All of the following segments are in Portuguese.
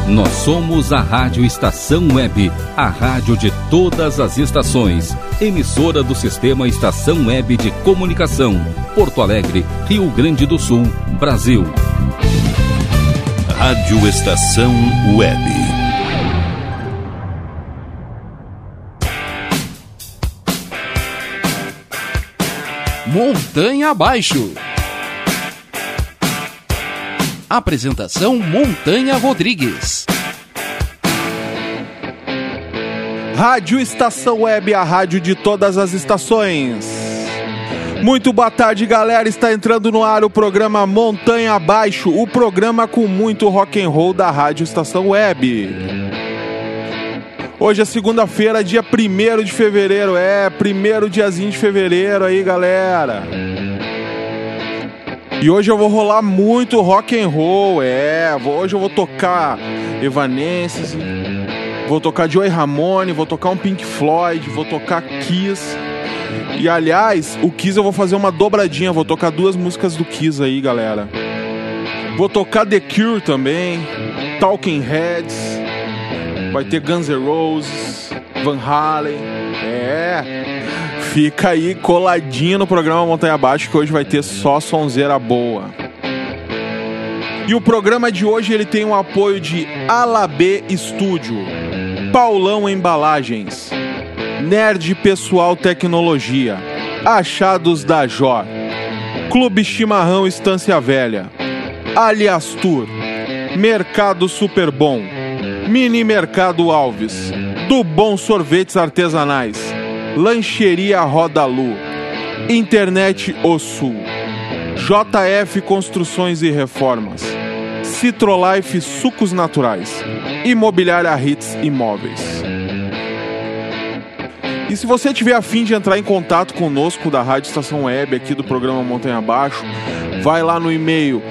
Nós somos a Rádio Estação Web, a rádio de todas as estações. Emissora do Sistema Estação Web de Comunicação. Porto Alegre, Rio Grande do Sul, Brasil. Rádio Estação Web. Montanha Abaixo. Apresentação Montanha Rodrigues. Rádio Estação Web, a rádio de todas as estações. Muito boa tarde, galera. Está entrando no ar o programa Montanha Abaixo, o programa com muito rock and roll da Rádio Estação Web. Hoje é segunda-feira, dia 1º de fevereiro. Primeiro diazinho de fevereiro aí, galera. E hoje eu vou rolar muito rock and roll, hoje eu vou tocar Evanescence, vou tocar Joey Ramone, vou tocar um Pink Floyd, vou tocar Kiss. E aliás, o Kiss eu vou fazer uma dobradinha, vou tocar 2 músicas do Kiss aí, galera. Vou tocar The Cure também, Talking Heads, vai ter Guns N' Roses, Van Halen, Fica aí coladinho no programa Montanha Abaixo, que hoje vai ter só sonzeira boa. E o programa de hoje ele tem o apoio de Alabê Estúdio, Paulão Embalagens, Nerd Pessoal Tecnologia, Achados da Jó, Clube Chimarrão Estância Velha, Alias Tour, Mercado Super Bom, Mini Mercado Alves, Do Bom Sorvetes Artesanais, Lancheria Roda Lu, Internet O Sul, JF Construções e Reformas, Citrolife Sucos Naturais, Imobiliária Hits Imóveis. E se você tiver a fim de entrar em contato conosco da Rádio Estação Web aqui do programa Montanha Abaixo, vai lá no e-mail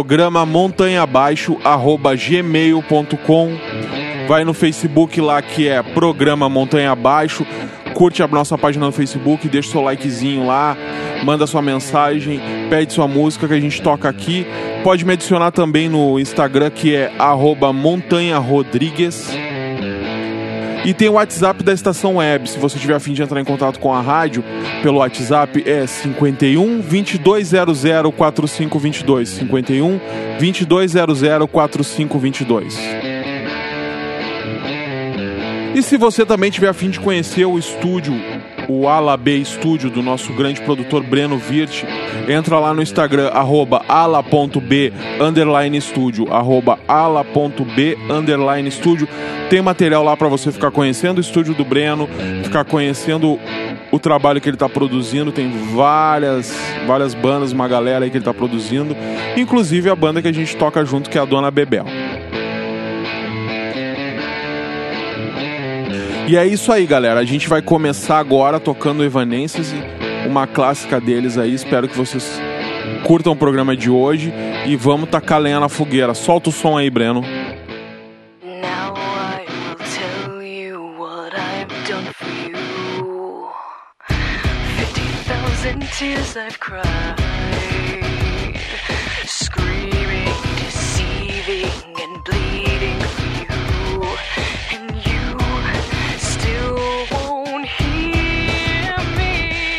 programamontanhabaixo@gmail.com, vai no Facebook lá que é Programa Montanha Abaixo, curte a nossa página no Facebook, deixa seu likezinho lá, manda sua mensagem, pede sua música que a gente toca aqui. Pode me adicionar também no Instagram que é @montanharodrigues. E tem o WhatsApp da Estação Web, se você tiver a fim de entrar em contato com a rádio pelo WhatsApp é 51 2200 4522, 51 2200 4522. E se você também tiver a fim de conhecer o estúdio, o Alabê Estúdio do nosso grande produtor Breno Virt, entra lá no Instagram, @ala.b_estúdio, @ala.b_estúdio. Tem material lá para você ficar conhecendo o estúdio do Breno, ficar conhecendo o trabalho que ele está produzindo. Tem várias bandas, uma galera aí que ele está produzindo, inclusive a banda que a gente toca junto, que é a Dona Bebel. E é isso aí, galera. A gente vai começar agora tocando Evanescence, uma clássica deles aí. Espero que vocês curtam o programa de hoje e vamos tacar lenha na fogueira. Solta o som aí, Breno. Now I will tell you what I've done for you. 50,000 tears I've cried, screaming, deceiving and bleeding for you. And you still won't hear me.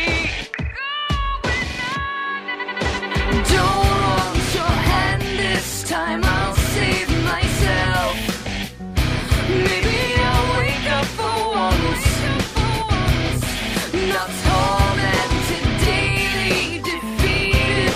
Don't raise your hand this time, I'll save myself. Maybe I'll wake up for once, not tormented daily, defeated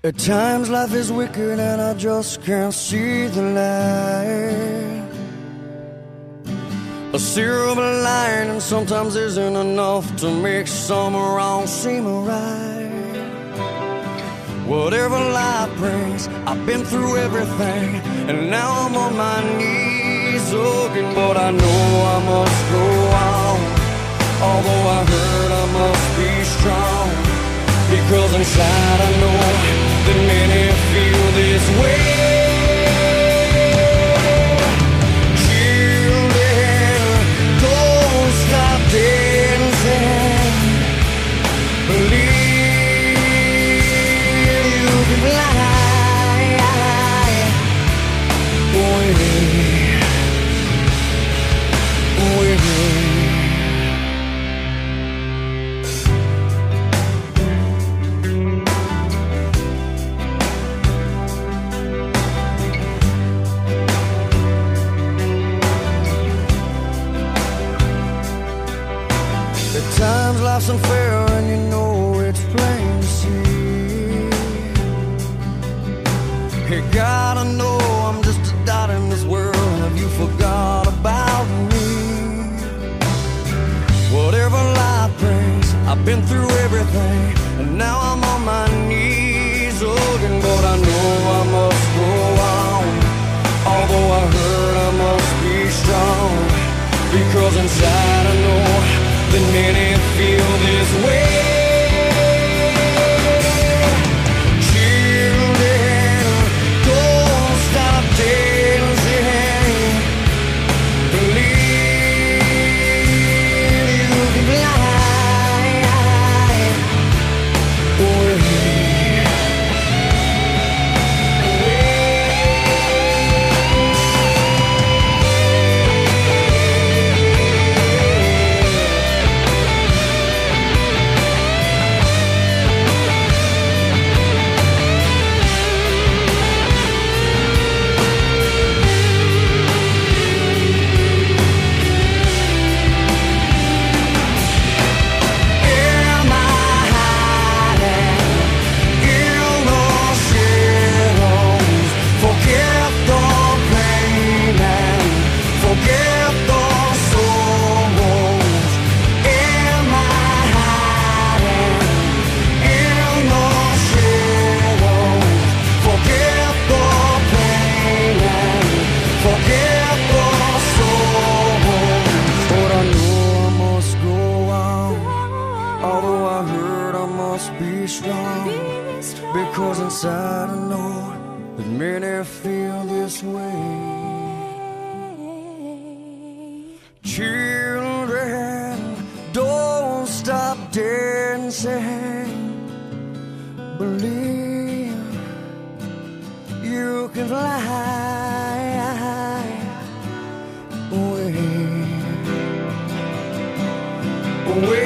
At times life is wicked and I just can't see the light. A silver lining sometimes isn't enough to make some wrong seem right. Whatever life brings, I've been through everything, and now I'm on my knees looking, but I know I must go on. Although I hurt, I must be strong, because inside I know that many feel this way. Children, don't stop dancing. Believe you can fly with me. Times life's unfair and you know it's plain to see. You gotta know I'm just a dot in this world. Have you forgot about me? Whatever life brings, I've been through everything, and now I'm on my knees looking, but I know I must go on. Although I hurt, I must be strong, because inside I know that many feel this way. Children, don't stop dancing. Believe you can fly away. Because inside I know that many feel this way. Children, don't stop dancing. Believe you can fly away. Away.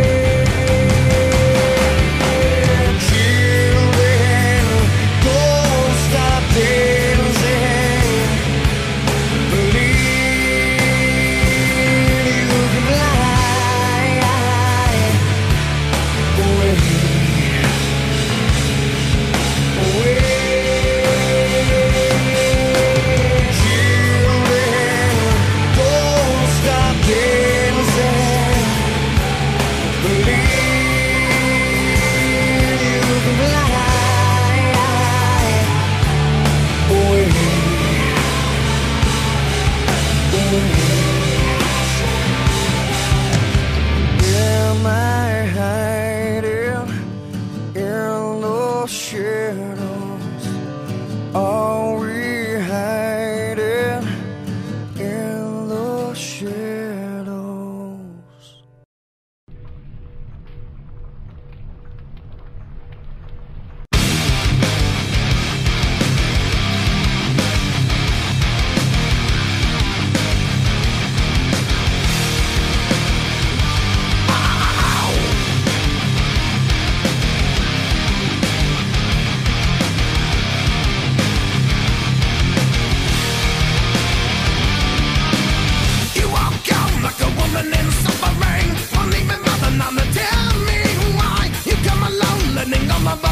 Am I hiding in the shadows? Are we hiding in the shadows? You walk out like a woman in summer rain. I'm leaving mother, now tell me why. You come alone, letting all of us sing my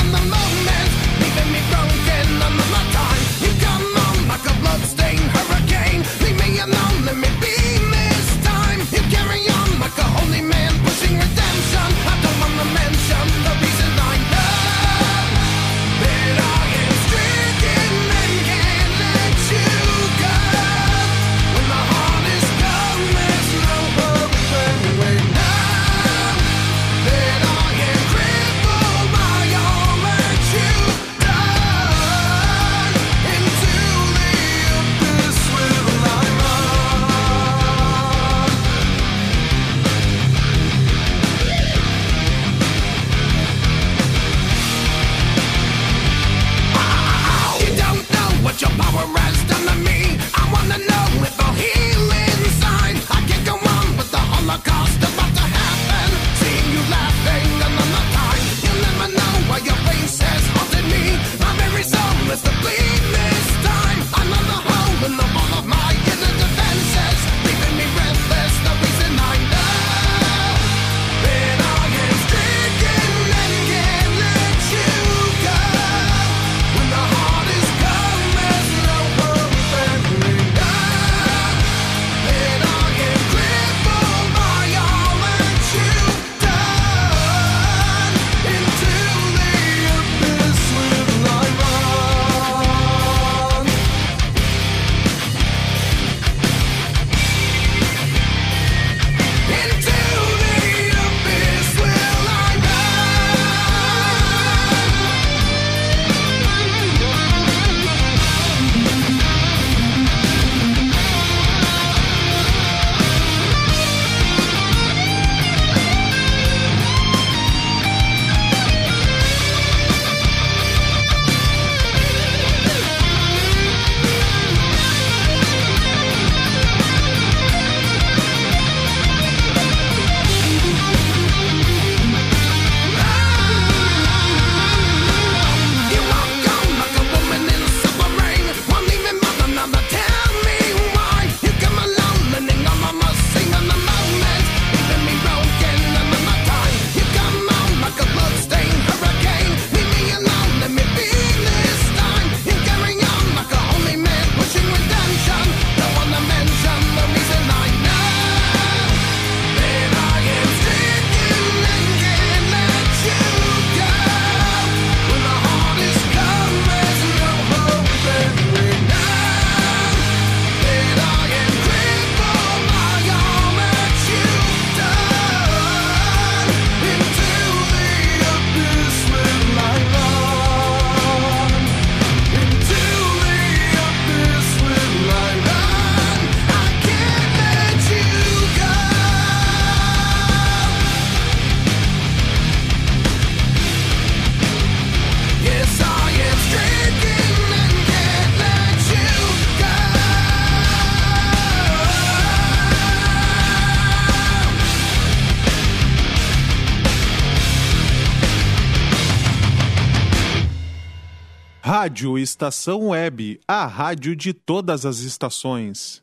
Rádio Estação Web, a rádio de todas as estações.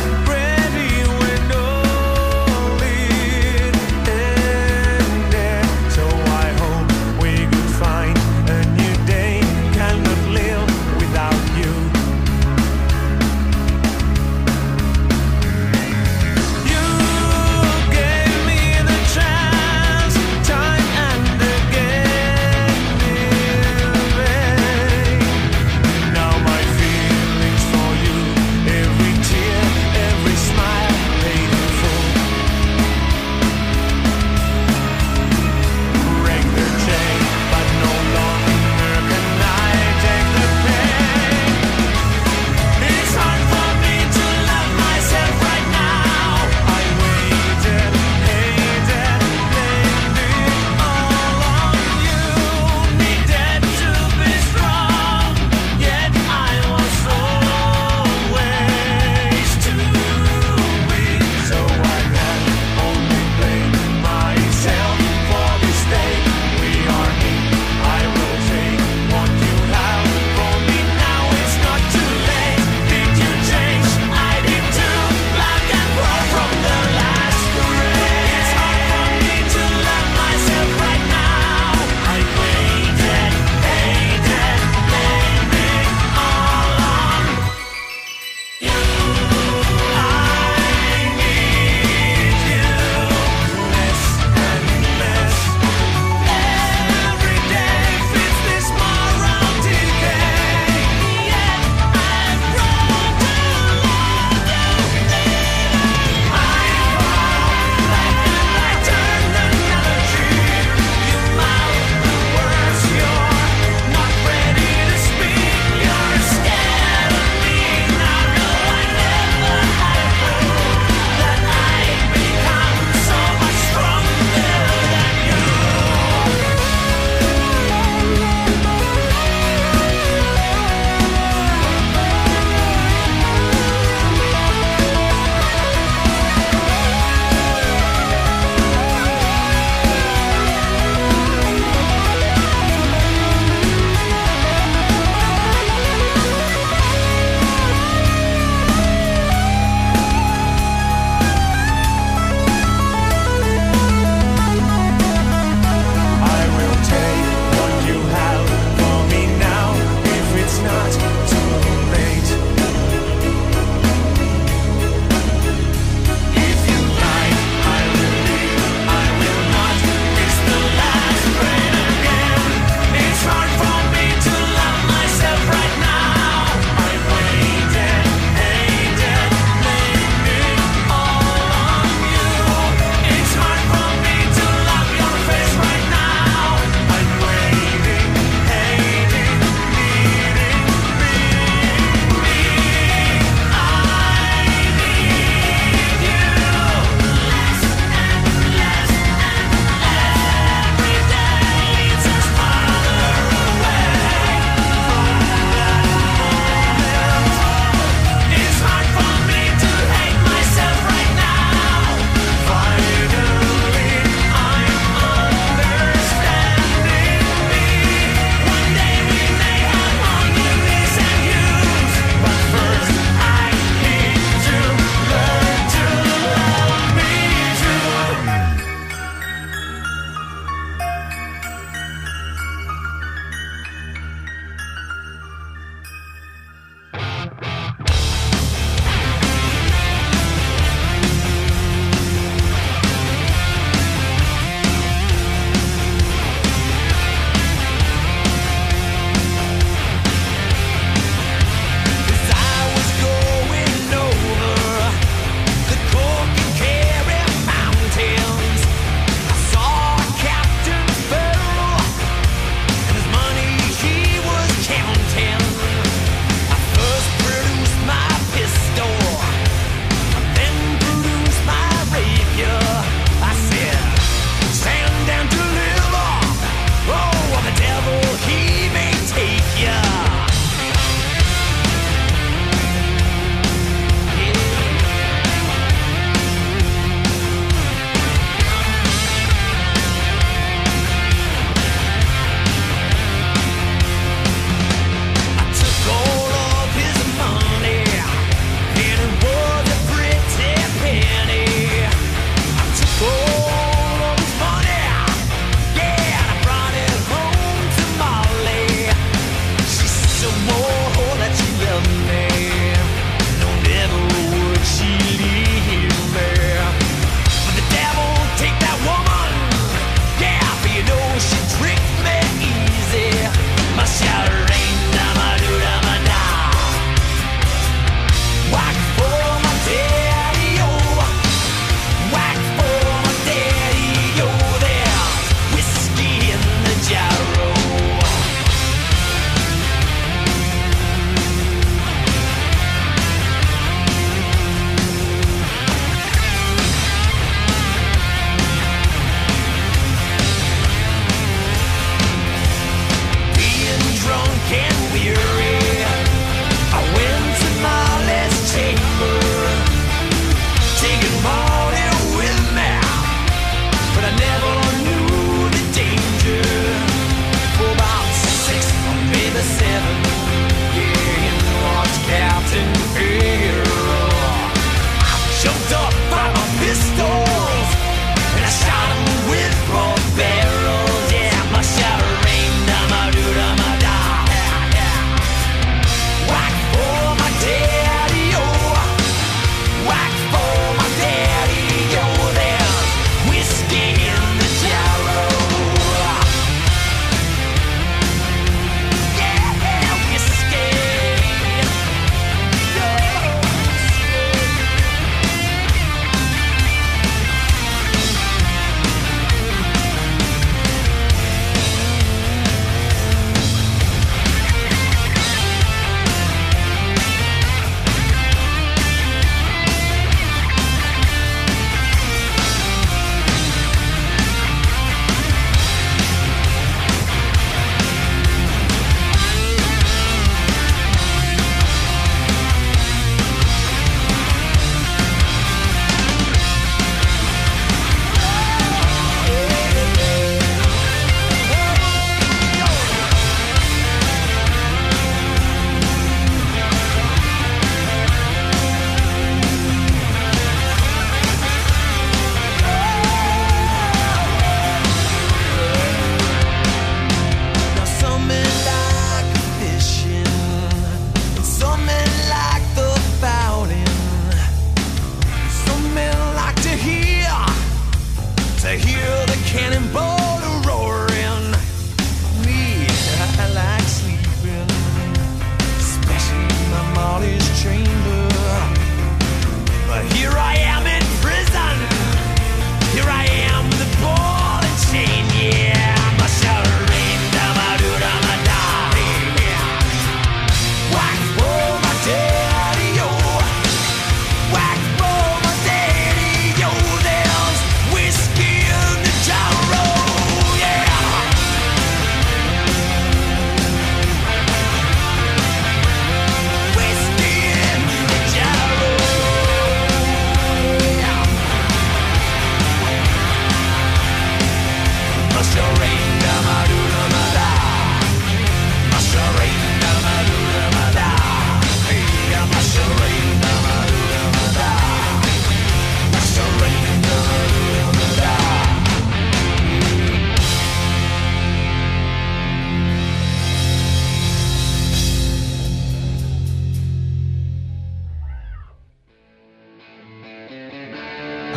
There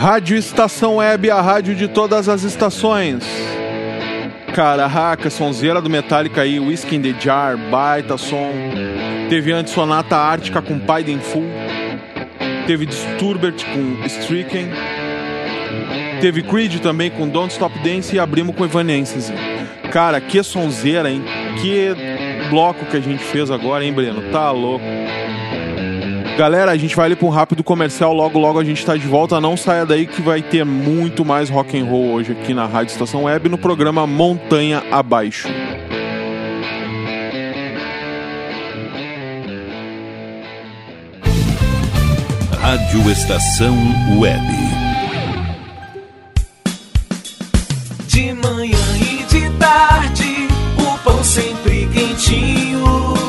Rádio Estação Web, a rádio de todas as estações. Caraca, sonzeira do Metallica aí, Whiskey in the Jar, baita som. Teve antes Sonata Ártica com Paid in Full. Teve Disturbed com Stricken. Teve Creed também com Don't Stop Dance e abrimos com Evanescence. Cara, que sonzeira, hein? Que bloco que a gente fez agora, hein, Breno? Tá louco. Galera, a gente vai ali pra um rápido comercial, logo a gente tá de volta. Não saia daí que vai ter muito mais rock and roll hoje aqui na Rádio Estação Web no programa Montanha Abaixo. Rádio Estação Web. De manhã e de tarde, o pão sempre quentinho.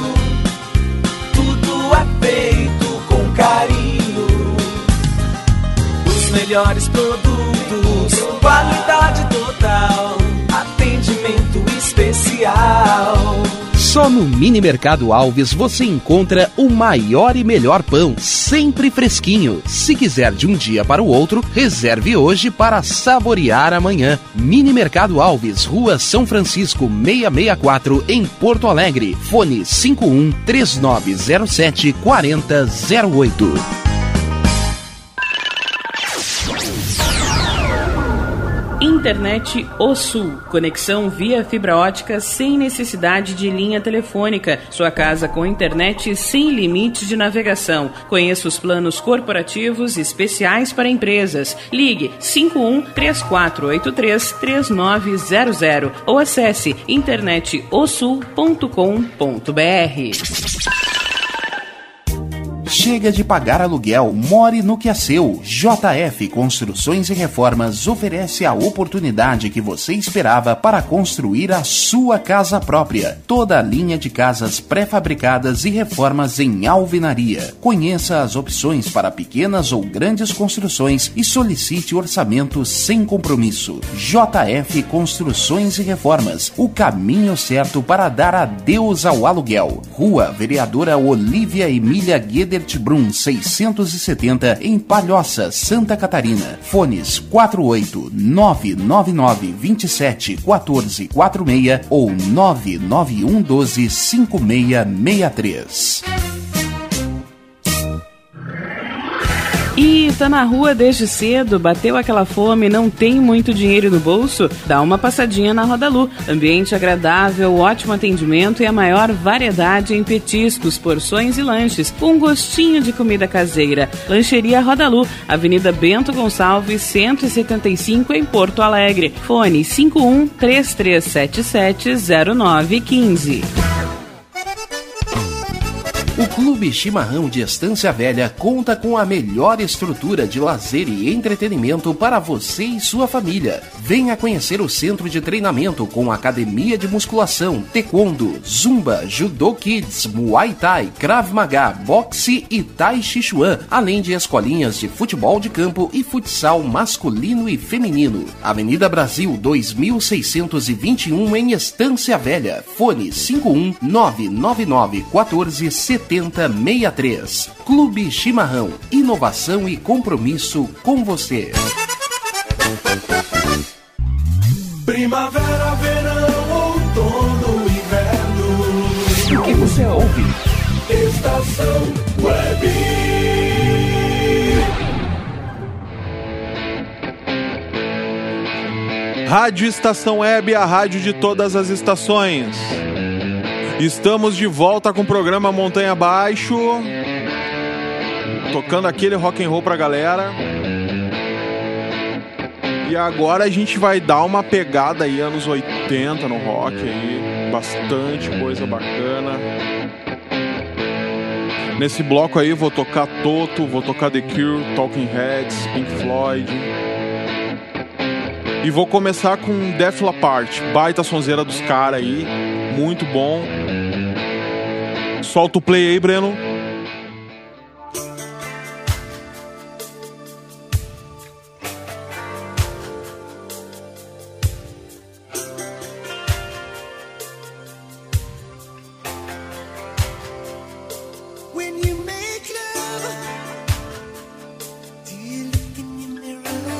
Tudo é feito com carinho. Os melhores produtos, qualidade total, atendimento especial. Só no Mini Mercado Alves você encontra o maior e melhor pão, sempre fresquinho. Se quiser de um dia para o outro, reserve hoje para saborear amanhã. Mini Mercado Alves, Rua São Francisco 664, em Porto Alegre. Fone 51 3907 4008. Internet O Sul. Conexão via fibra ótica sem necessidade de linha telefônica. Sua casa com internet sem limite de navegação. Conheça os planos corporativos especiais para empresas. Ligue 51-3483-3900 ou acesse internetosul.com.br. Chega de pagar aluguel, more no que é seu. JF Construções e Reformas oferece a oportunidade que você esperava para construir a sua casa própria. Toda a linha de casas pré-fabricadas e reformas em alvenaria. Conheça as opções para pequenas ou grandes construções e solicite orçamento sem compromisso. JF Construções e Reformas, o caminho certo para dar adeus ao aluguel. Rua Vereadora Olívia Emília Gueder Brum 670 em Palhoça, Santa Catarina. Fones 48999271446 ou 991125663. E tá na rua desde cedo, bateu aquela fome, não tem muito dinheiro no bolso? Dá uma passadinha na Rodalu. Ambiente agradável, ótimo atendimento e a maior variedade em petiscos, porções e lanches, com gostinho de comida caseira. Lancheria Rodalu, Avenida Bento Gonçalves, 175 em Porto Alegre. Fone 51-3377-0915. O Clube Chimarrão de Estância Velha conta com a melhor estrutura de lazer e entretenimento para você e sua família. Venha conhecer o centro de treinamento com academia de musculação, taekwondo, zumba, judô kids, muay thai, krav maga, boxe e tai chi chuan, além de escolinhas de futebol de campo e futsal masculino e feminino. Avenida Brasil 2621 em Estância Velha. Fone 51999147063. Clube Chimarrão, inovação e compromisso com você. Primavera, verão, outono, inverno. O que você ouve? Estação Web. Rádio Estação Web, a rádio de todas as estações. Estamos de volta com o programa Montanha Abaixo, tocando aquele rock and roll pra galera. E agora a gente vai dar uma pegada aí anos 80 no rock aí, bastante coisa bacana. Nesse bloco aí vou tocar Toto, vou tocar The Cure, Talking Heads, Pink Floyd. E vou começar com Def Leppard, baita sonzeira dos caras aí, muito bom. Solta o play aí, Breno. When you make love, do you look in your mirror?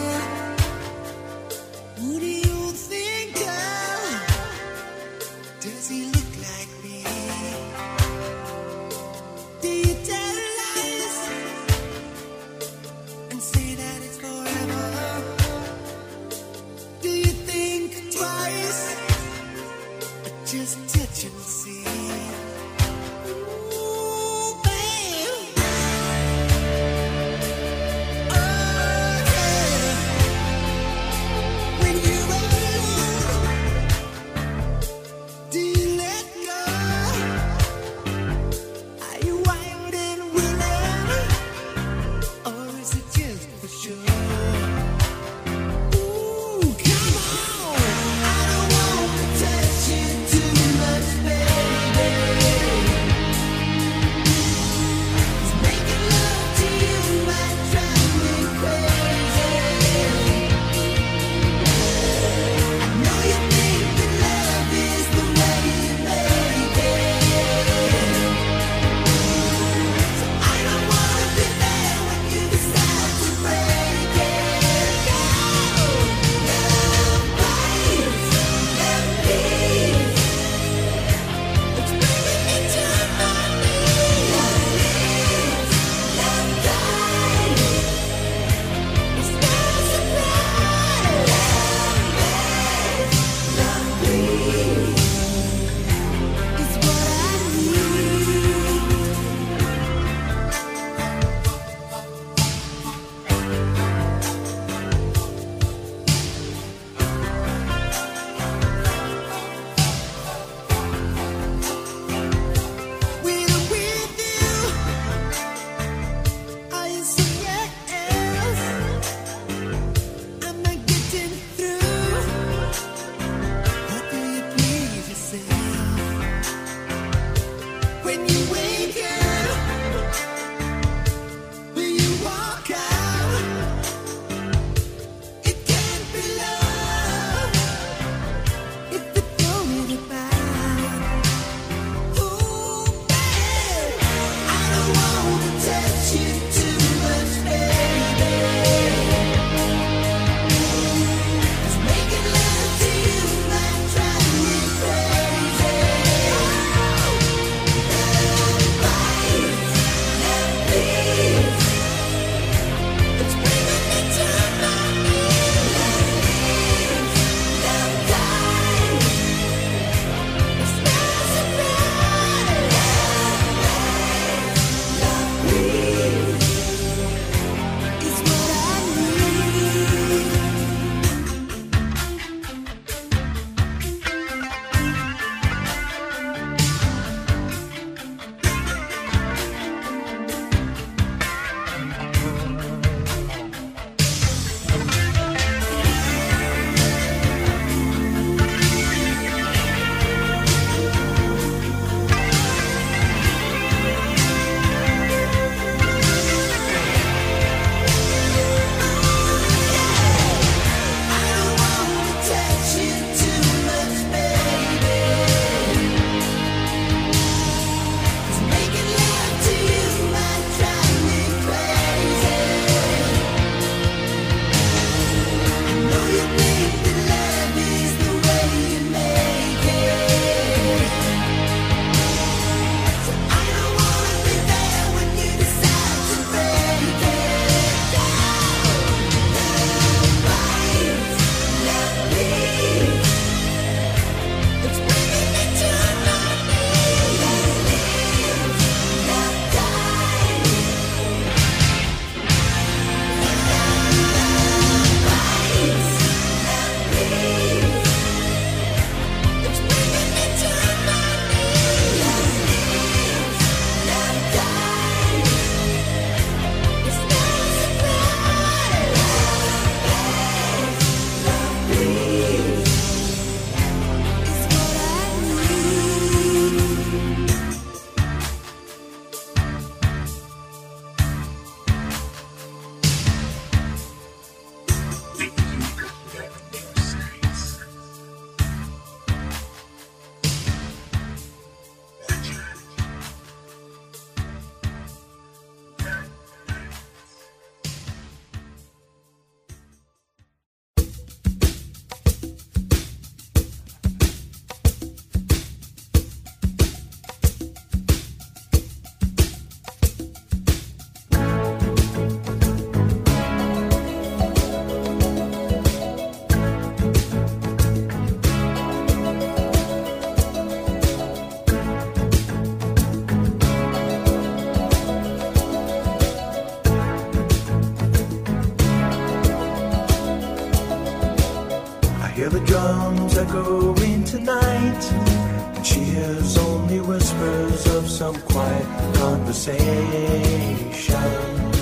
conversation.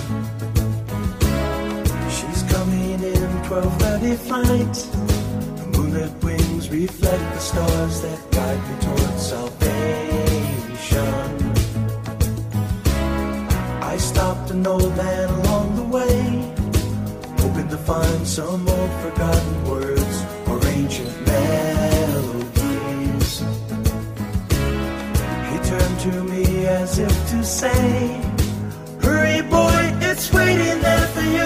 She's coming in 12:30 flight. The moonlit wings reflect the stars that guide me towards salvation. I stopped an old man along the way, hoping to find some old forgotten words or ancient melodies. He turned to me as if to say, hurry boy, it's waiting there for you.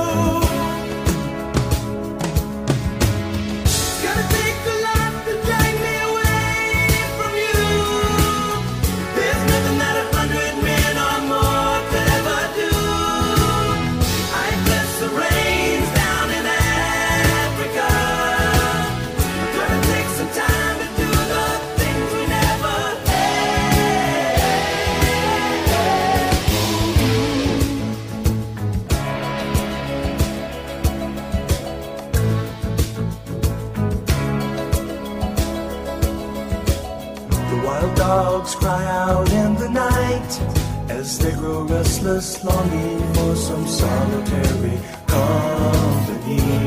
Dogs cry out in the night as they grow restless, longing for some solitary company.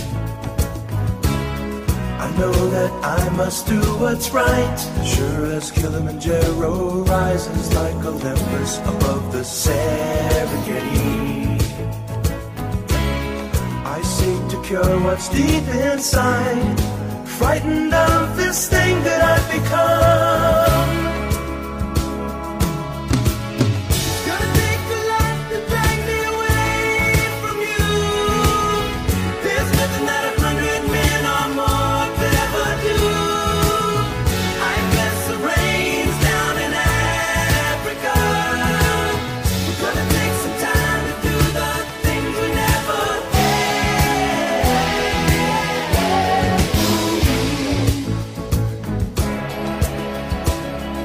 I know that I must do what's right, sure as Kilimanjaro rises like Olympus above the Serengeti. I seek to cure what's deep inside, frightened of this thing that I've become. Gonna take a lot to drag me away from you. There's nothing that 100 men or more could ever do. I guess the rain's down in Africa. We're gonna take some time to do the things we never did.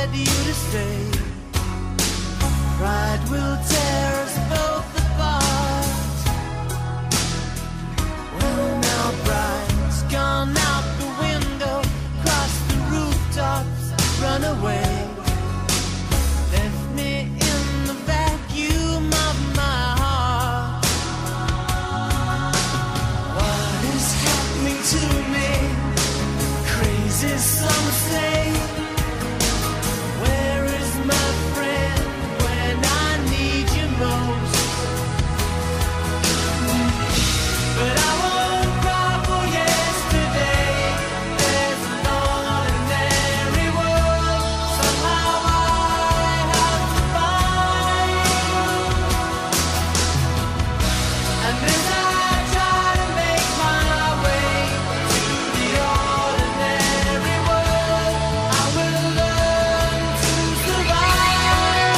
wanted you to stay. Pride will tear us both apart. Well, now pride's gone out the window, cross the rooftops, run away. Left me in the vacuum of my heart. What is happening to me? Crazy, some say. Where is my friend when I need you most? But I won't cry for yesterday. There's an ordinary world somehow I have to find. And as I try to make my way to the ordinary world, I will learn to survive.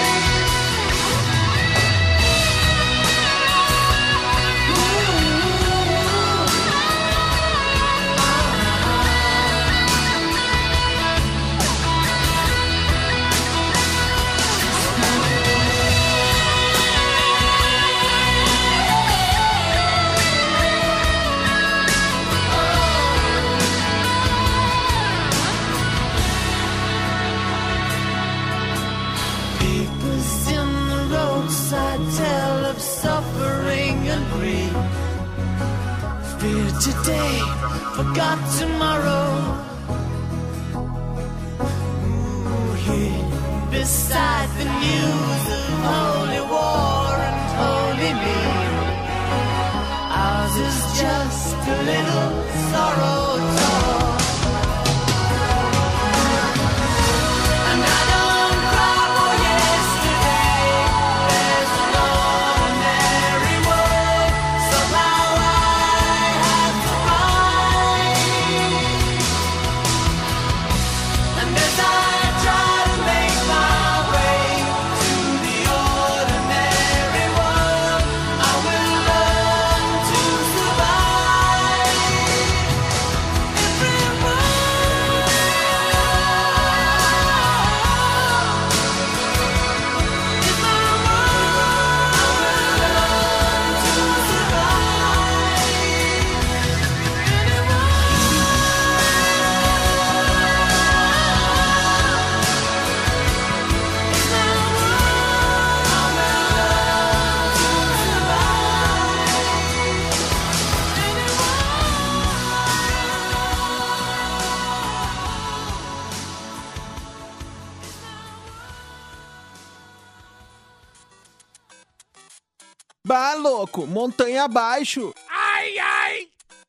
Papers in the roadside tell of suffering and grief. Fear today, forgot tomorrow. Ooh, here beside the news of holy war and holy me. Ours is just a little sorrow torn. And I don't cry for yesterday. There's an ordinary world somehow I have to find. And as I try to make my way to the ordinary world, I will learn to survive. Bah, louco, montanha abaixo. Ai, ai.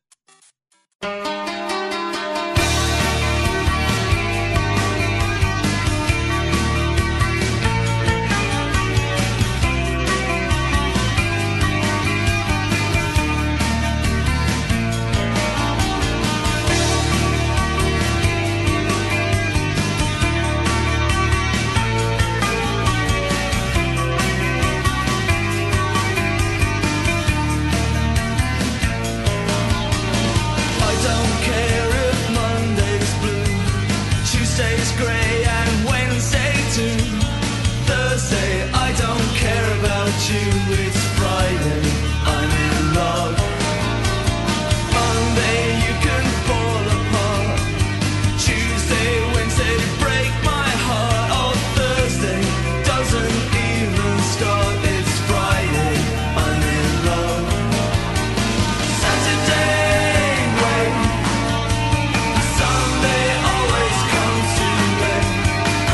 I don't care if Monday's blue, Tuesday's grey and Wednesday too. Thursday, I don't care about you, it's Friday, I'm in love. Monday, you can fall apart. Tuesday, Wednesday, break my heart. Oh, Thursday doesn't even start, it's Friday, I'm in love. Saturday, wait. Sunday always comes too late.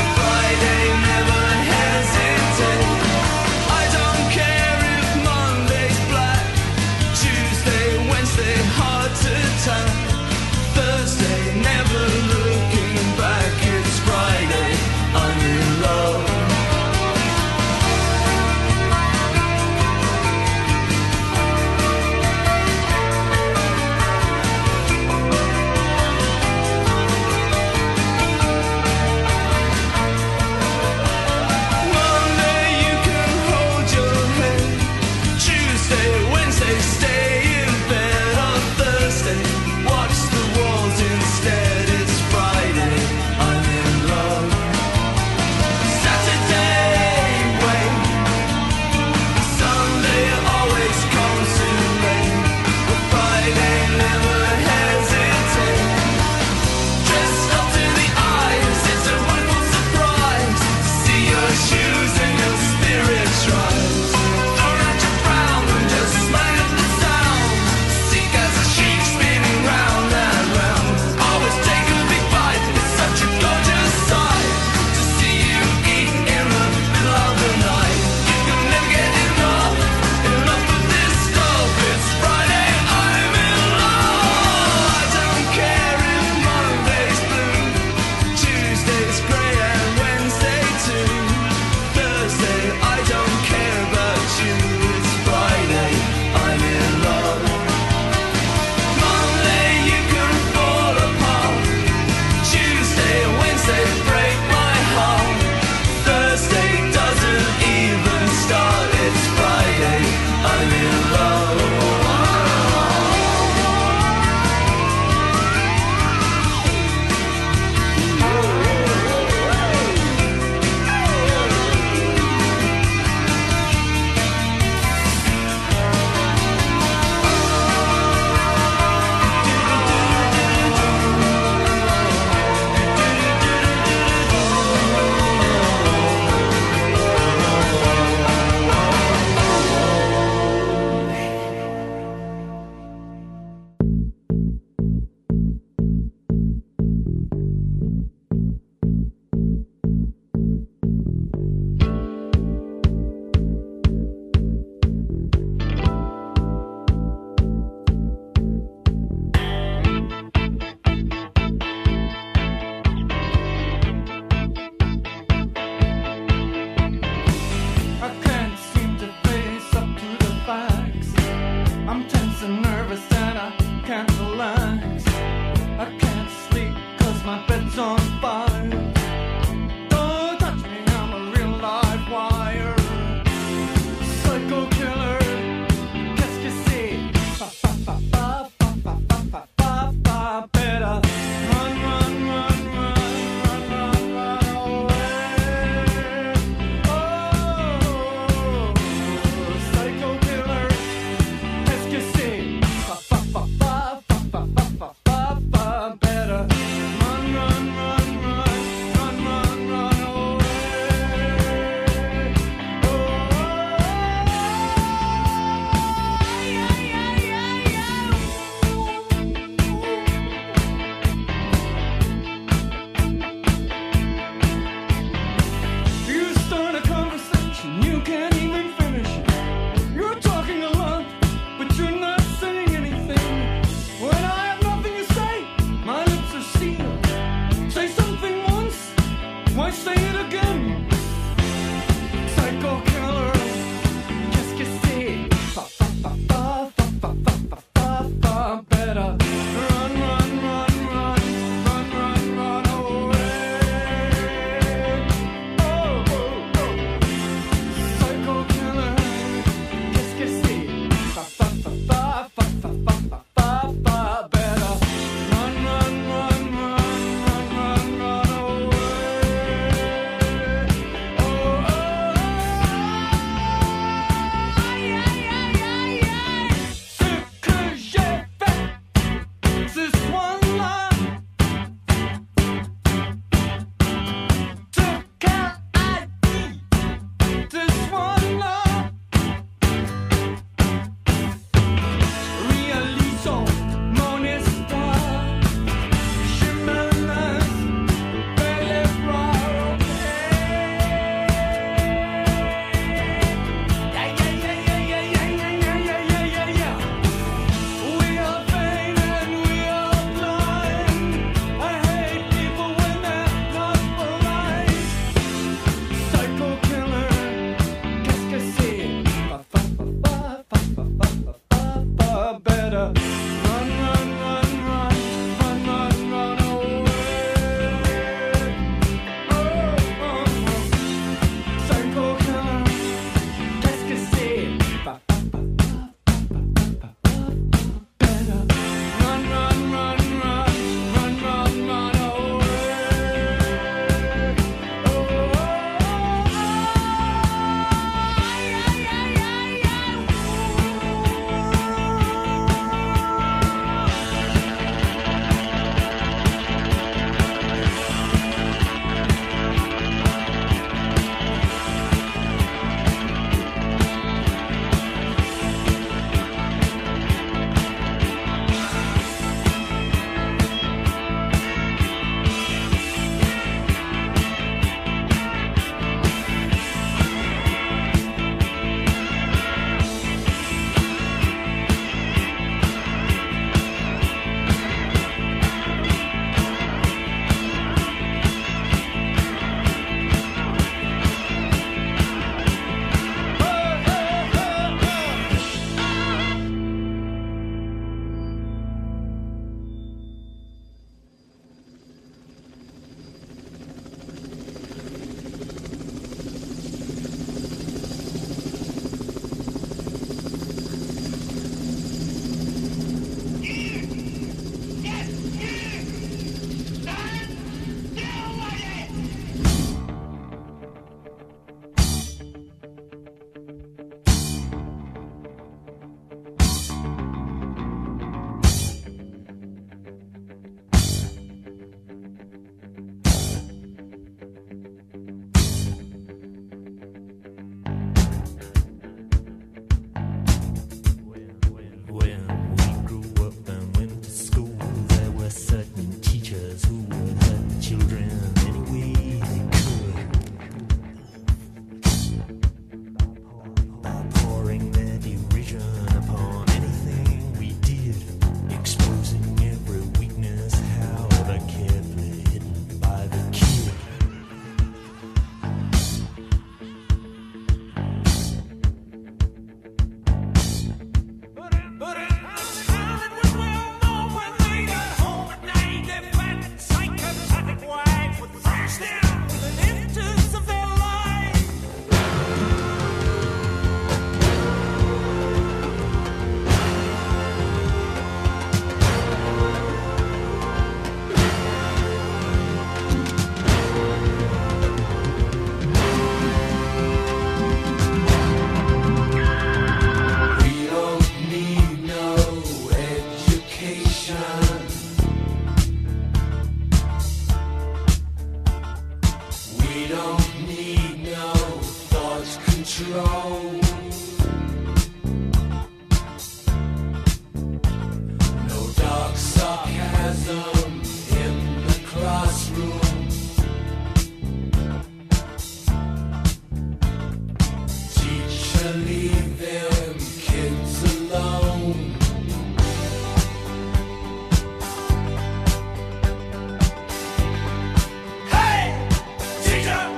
Teacher!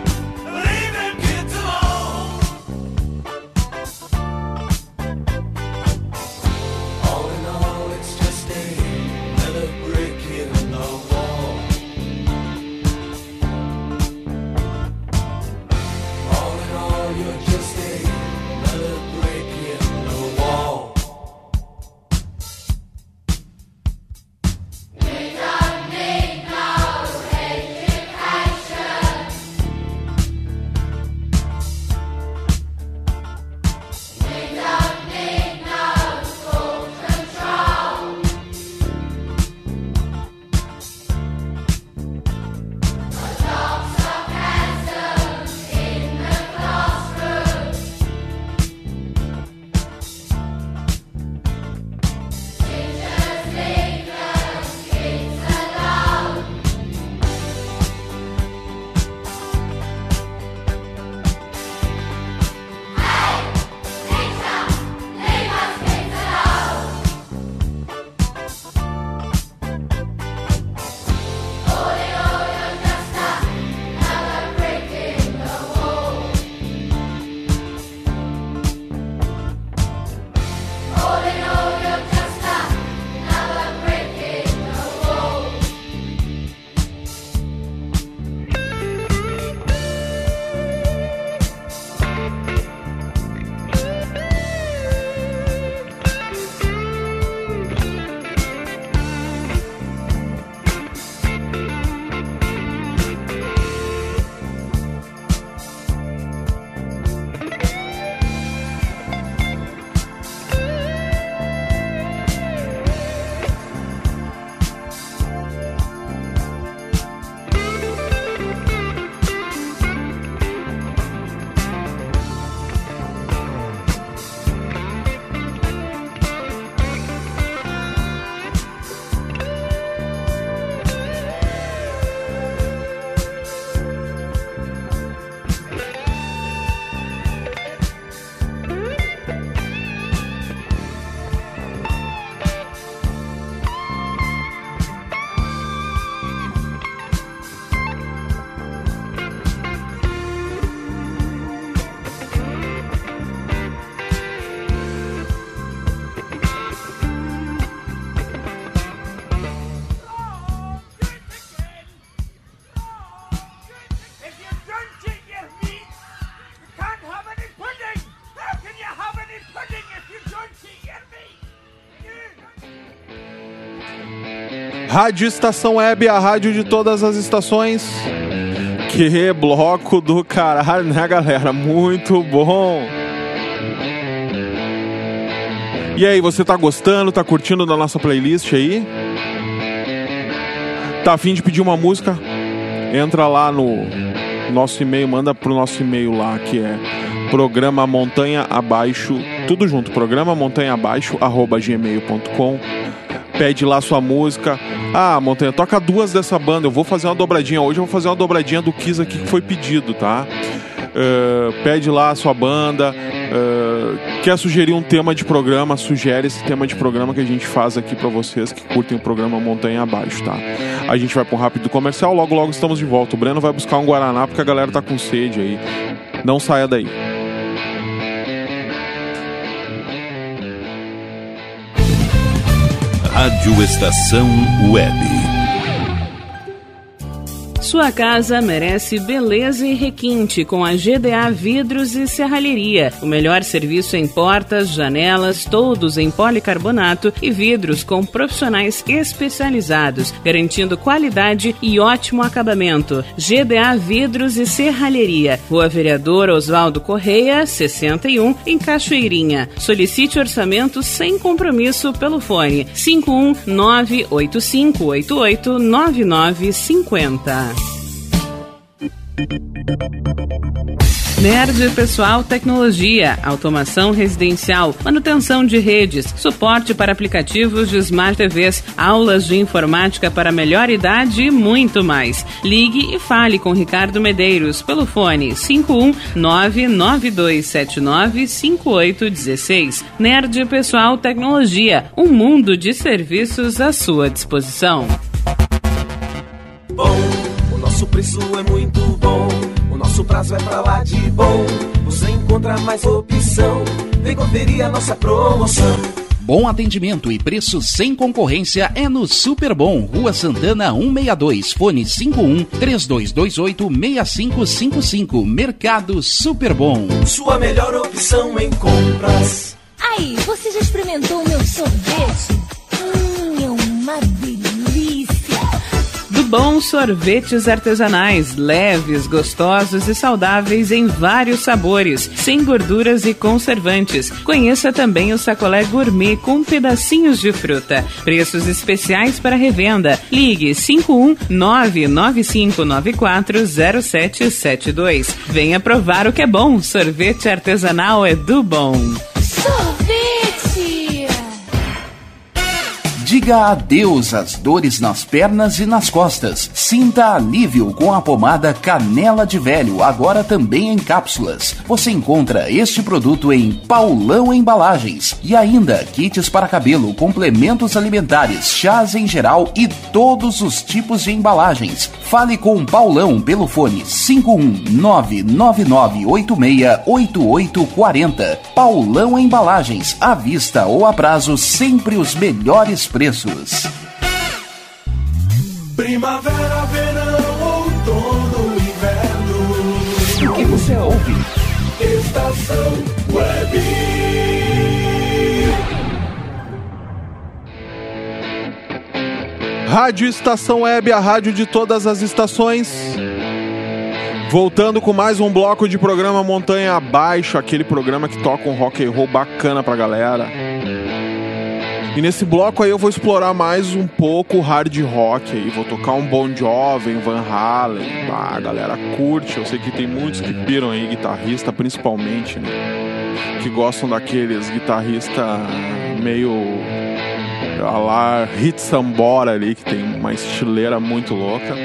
Rádio Estação Web, a rádio de todas as estações. Que bloco do caralho, né, galera? Muito bom. E aí, você tá gostando, tá curtindo da nossa playlist aí? Tá a fim de pedir uma música? Entra lá no nosso e-mail, manda pro nosso e-mail lá, que é programa montanha abaixo, tudo junto, programa montanha abaixo @gmail.com. Pede lá sua música. Ah, Montanha, toca duas dessa banda. Eu vou fazer uma dobradinha. Hoje eu vou fazer uma dobradinha do Kiss aqui que foi pedido, tá? Pede lá a sua banda. Quer sugerir um tema de programa? Sugere esse tema de programa que a gente faz aqui pra vocês que curtem o programa Montanha Abaixo, tá? A gente vai pra um rápido comercial. Logo, logo estamos de volta. O Breno vai buscar um Guaraná porque a galera tá com sede aí. Não saia daí. Rádio Estação Web. Sua casa merece beleza e requinte com a GDA Vidros e Serralheria. O melhor serviço em portas, janelas, todos em policarbonato e vidros com profissionais especializados, garantindo qualidade e ótimo acabamento. GDA Vidros e Serralheria. Rua Vereador Oswaldo Correia, 61, em Cachoeirinha. Solicite orçamento sem compromisso pelo fone 51985889950. Nerd Pessoal Tecnologia, automação residencial, manutenção de redes, suporte para aplicativos de Smart TVs, aulas de informática para melhor idade e muito mais. Ligue e fale com Ricardo Medeiros pelo fone 51992795816. Nerd Pessoal Tecnologia, um mundo de serviços à sua disposição. Bom, o nosso preço é muito bom. O nosso prazo é pra lá de bom. Você encontra mais opção. Vem conferir a nossa promoção. Bom atendimento e preço sem concorrência é no Super Bom, Rua Santana 162, fone 51-3228-6555, Mercado Super Bom. Sua melhor opção em compras. Aí, você já experimentou o meu sorvete? É uma delícia. Do Bom Sorvetes Artesanais, leves, gostosos e saudáveis em vários sabores, sem gorduras e conservantes. Conheça também o sacolé gourmet com pedacinhos de fruta. Preços especiais para revenda. Ligue 51995940772. Venha provar o que é bom. Sorvete artesanal é do Bom. Sorvete! Diga adeus às dores nas pernas e nas costas. Sinta alívio com a pomada Canela de Velho, agora também em cápsulas. Você encontra este produto em Paulão Embalagens. E ainda kits para cabelo, complementos alimentares, chás em geral e todos os tipos de embalagens. Fale com Paulão pelo fone 51999868840. Paulão Embalagens, à vista ou a prazo, sempre os melhores preços. Primavera, verão, outono, inverno. O que você ouve? Estação Web. Rádio Estação Web, a rádio de todas as estações. Voltando com mais um bloco de programa Montanha Abaixo, aquele programa que toca um rock and roll bacana pra galera. E nesse bloco aí eu vou explorar mais um pouco o hard rock aí. Vou tocar um Bon Jovi, Van Halen. A galera curte. Eu sei que tem muitos que piram aí, guitarrista principalmente, né? Que gostam daqueles guitarrista meio a lá Hit Sambora ali, que tem uma estileira muito louca.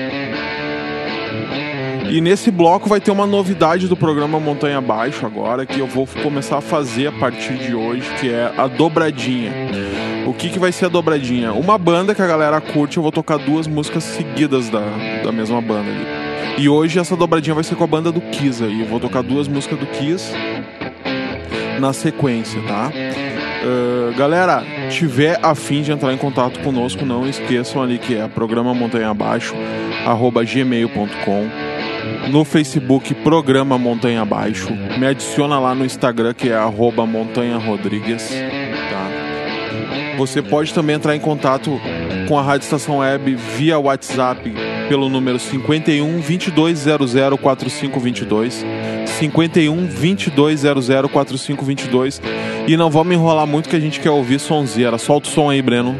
E nesse bloco vai ter uma novidade do programa Montanha Abaixo agora, que eu vou começar a fazer a partir de hoje, que é a dobradinha. O que vai ser a dobradinha? Uma banda que a galera curte, eu vou tocar duas músicas seguidas da mesma banda ali. E hoje essa dobradinha vai ser com a banda do Kiss aí. Eu vou tocar duas músicas do Kiss na sequência, tá? Galera, tiver a fim de entrar em contato conosco, não esqueçam ali que é programa Montanha Abaixo @gmail.com. No Facebook, Programa Montanha Abaixo. Me adiciona lá no Instagram, que é @montanharodrigues, tá? Você pode também entrar em contato com a Rádio Estação Web via WhatsApp pelo número 51 2200 4522, 51 2200 4522. E não vamos enrolar muito que a gente quer ouvir sonzeira. Solta o som aí, Breno.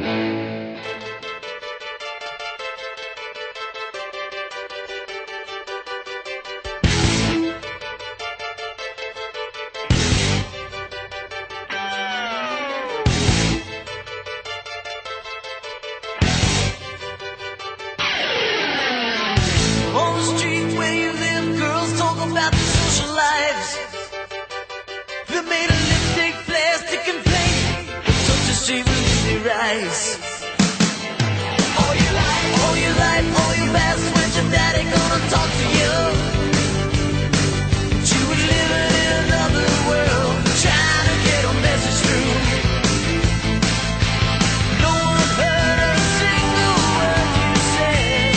On the street where you live, girls talk about their social lives. They made a lipstick, plastic, and paint. Such a shame in their eyes. All your life, all your past. When's your daddy gonna talk to you? But you were living in another world, trying to get a message through. No one heard a single word you said.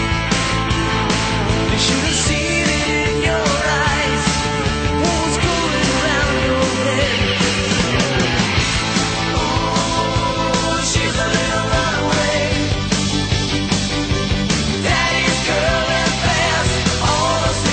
They should have seen it in your eyes. What was going around your head? Oh, she's a little runaway. Daddy's girl and fast. All the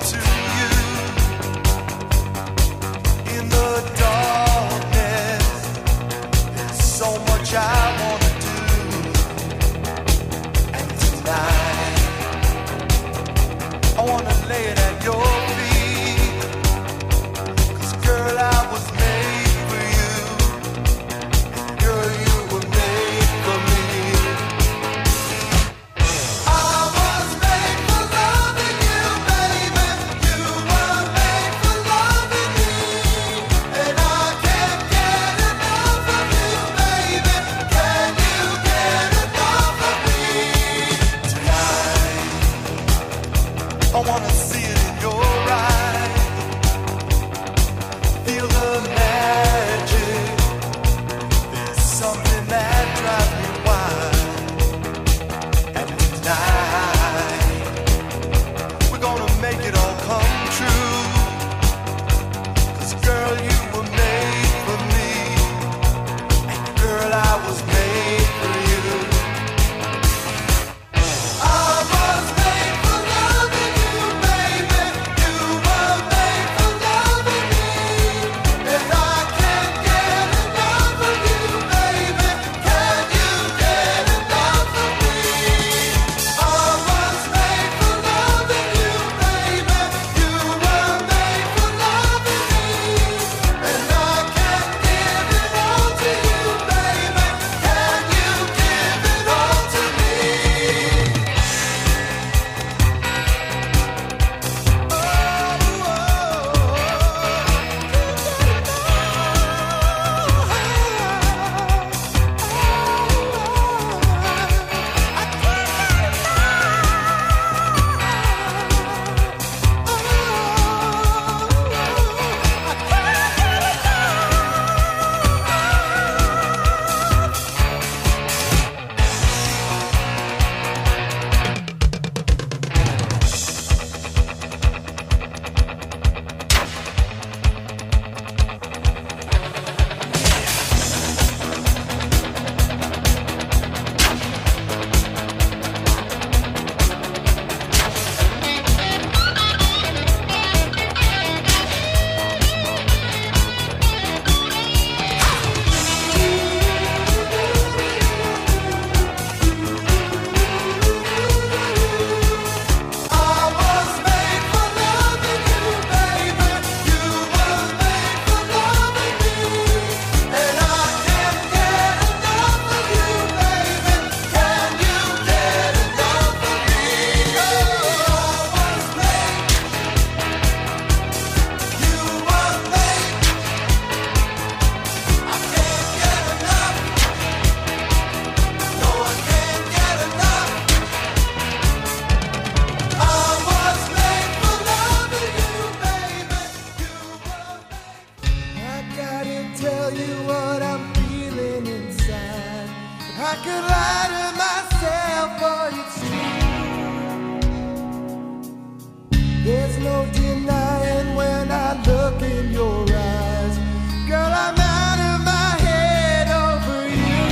to you. In the darkness, there's so much I wanna do. And tonight, I wanna lay it at your feet. 'Cause girl, I was made for you. And girl, you were made for me. I was made for loving you, baby. You were made for loving me. And I can't get enough of you, baby. Can you get enough of me? Tonight, I wanna see it in your eyes. Feel the magic. There's something that drives me wild. And tonight, we're gonna make it all come true. 'Cause girl, you were made for me. And girl, I was made for you. I was made for loving you, baby. You were made for loving me. And I can't get enough of you, baby. Can you get enough of me? I was made for loving you, baby. You were made for loving me. And I can't give it all to you, baby. Can you give it all to me? I was made for loving you, baby. You were made for loving me. And I can't get enough of you, baby. Can you get enough of me? I was made. You were made. I can't get enough. No, I can't get enough. I was made for loving you, baby. I gotta tell you what I'm feeling inside. I could lie to myself, but it's true. There's no denying when I look in your eyes. Girl, I'm out of my head over you.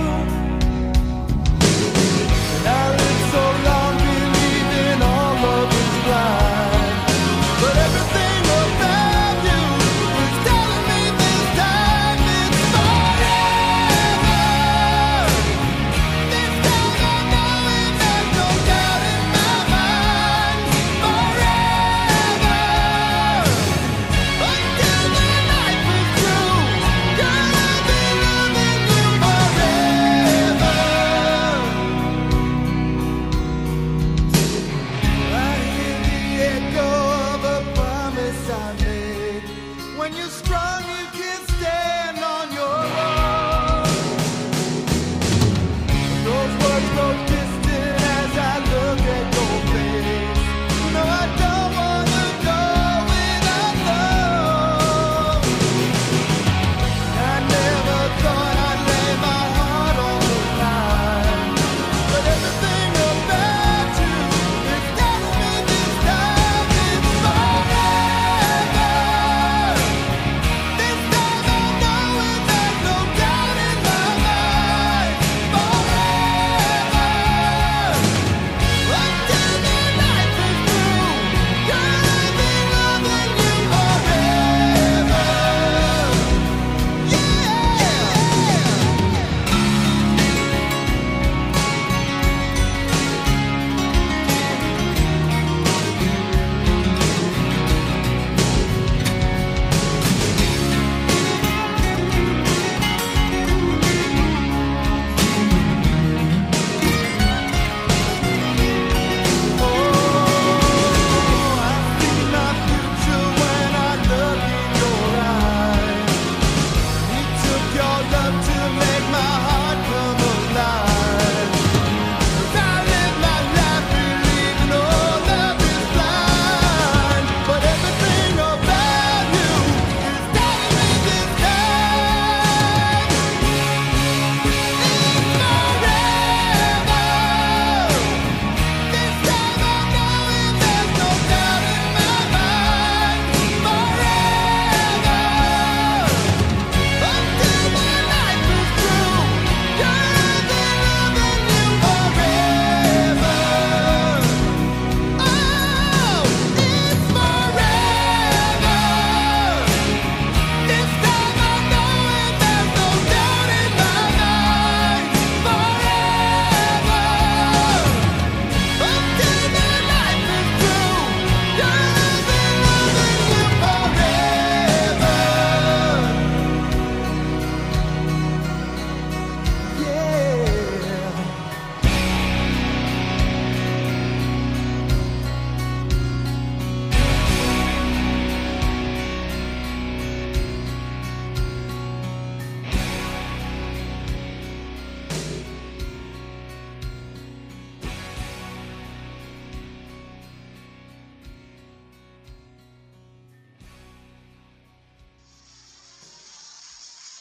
And I lived so long believing all love was blind. But everything about you is telling me this time it's forever. This time I know it, there's no doubt in my mind. Forever.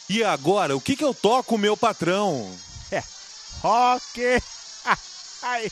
E agora, o que eu toco, meu patrão? Rock! Ai.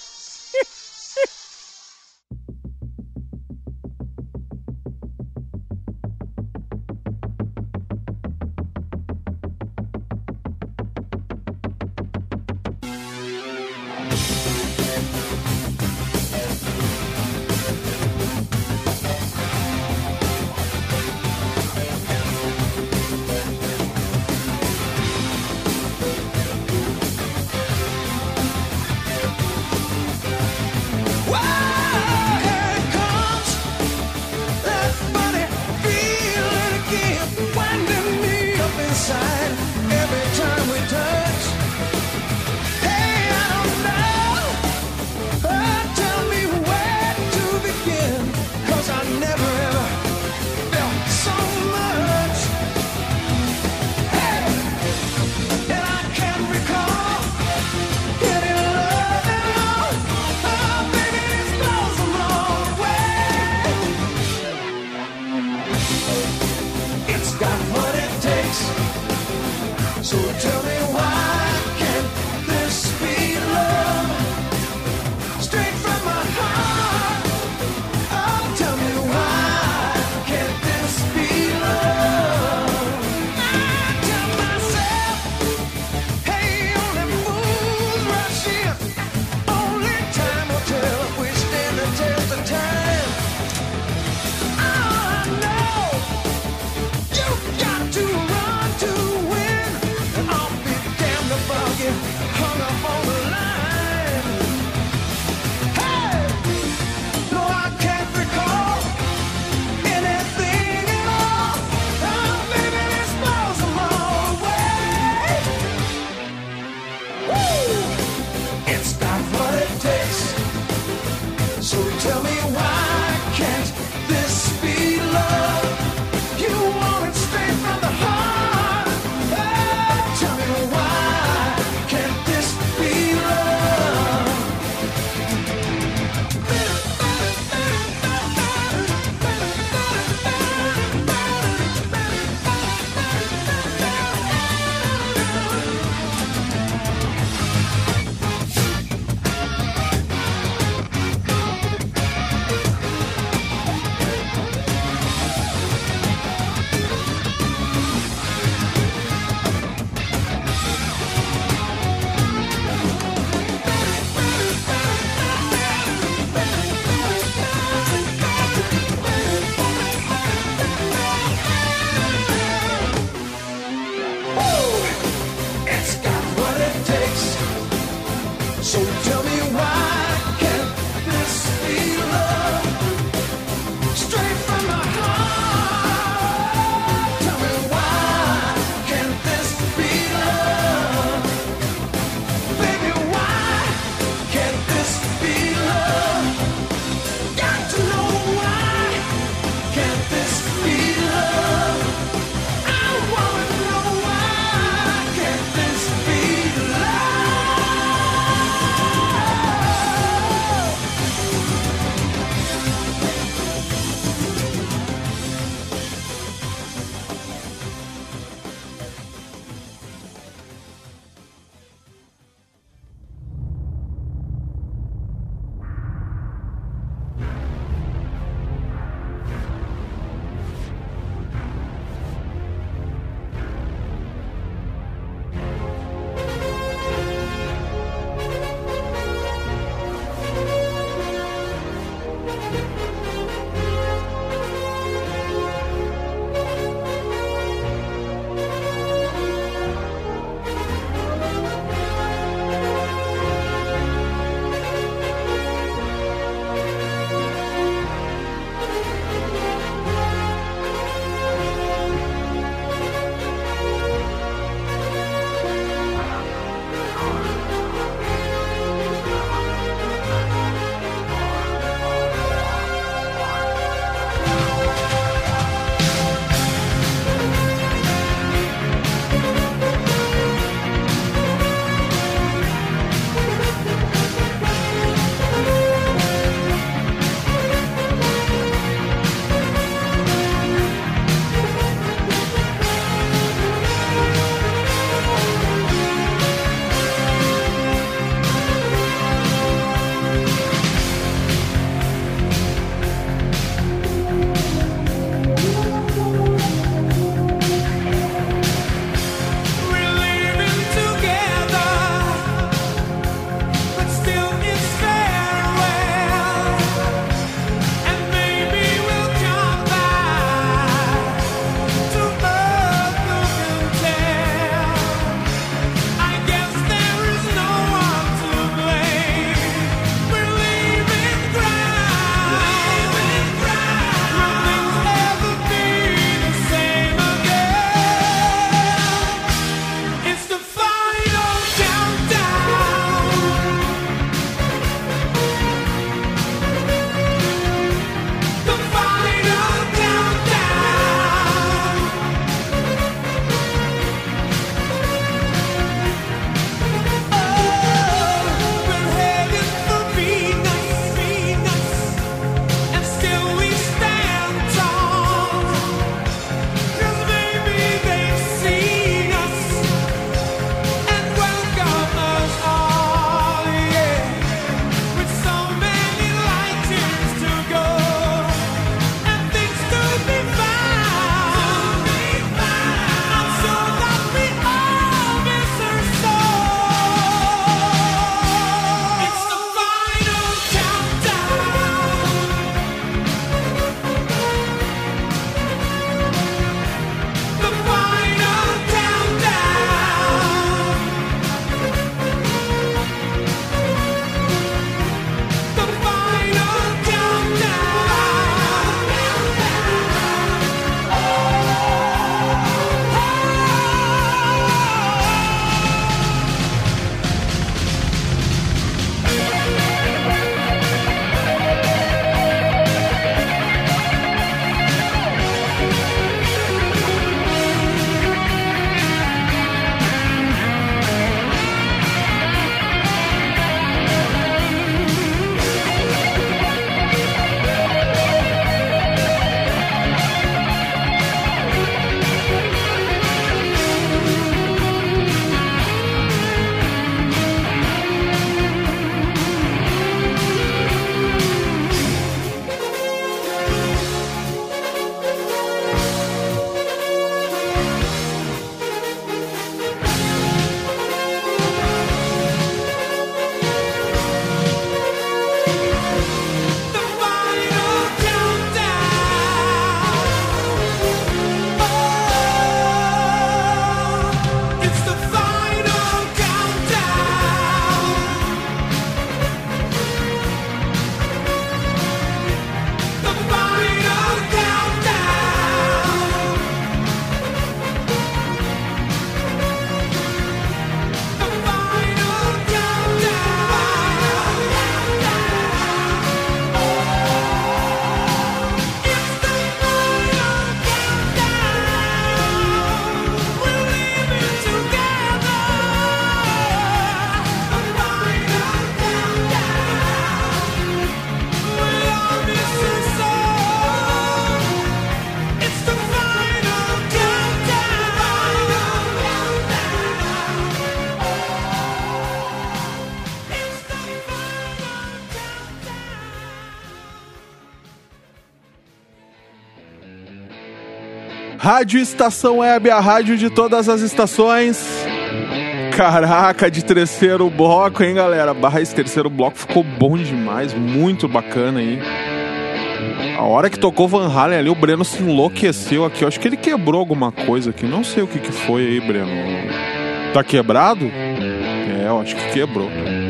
Rádio Estação Web, a rádio de todas as estações. Caraca, de terceiro bloco, hein, galera? Esse terceiro bloco ficou bom demais, muito bacana aí. A hora que tocou Van Halen ali, o Breno se enlouqueceu aqui. Eu acho que ele quebrou alguma coisa aqui. Não sei o que foi aí, Breno. Tá quebrado? É, eu acho que quebrou.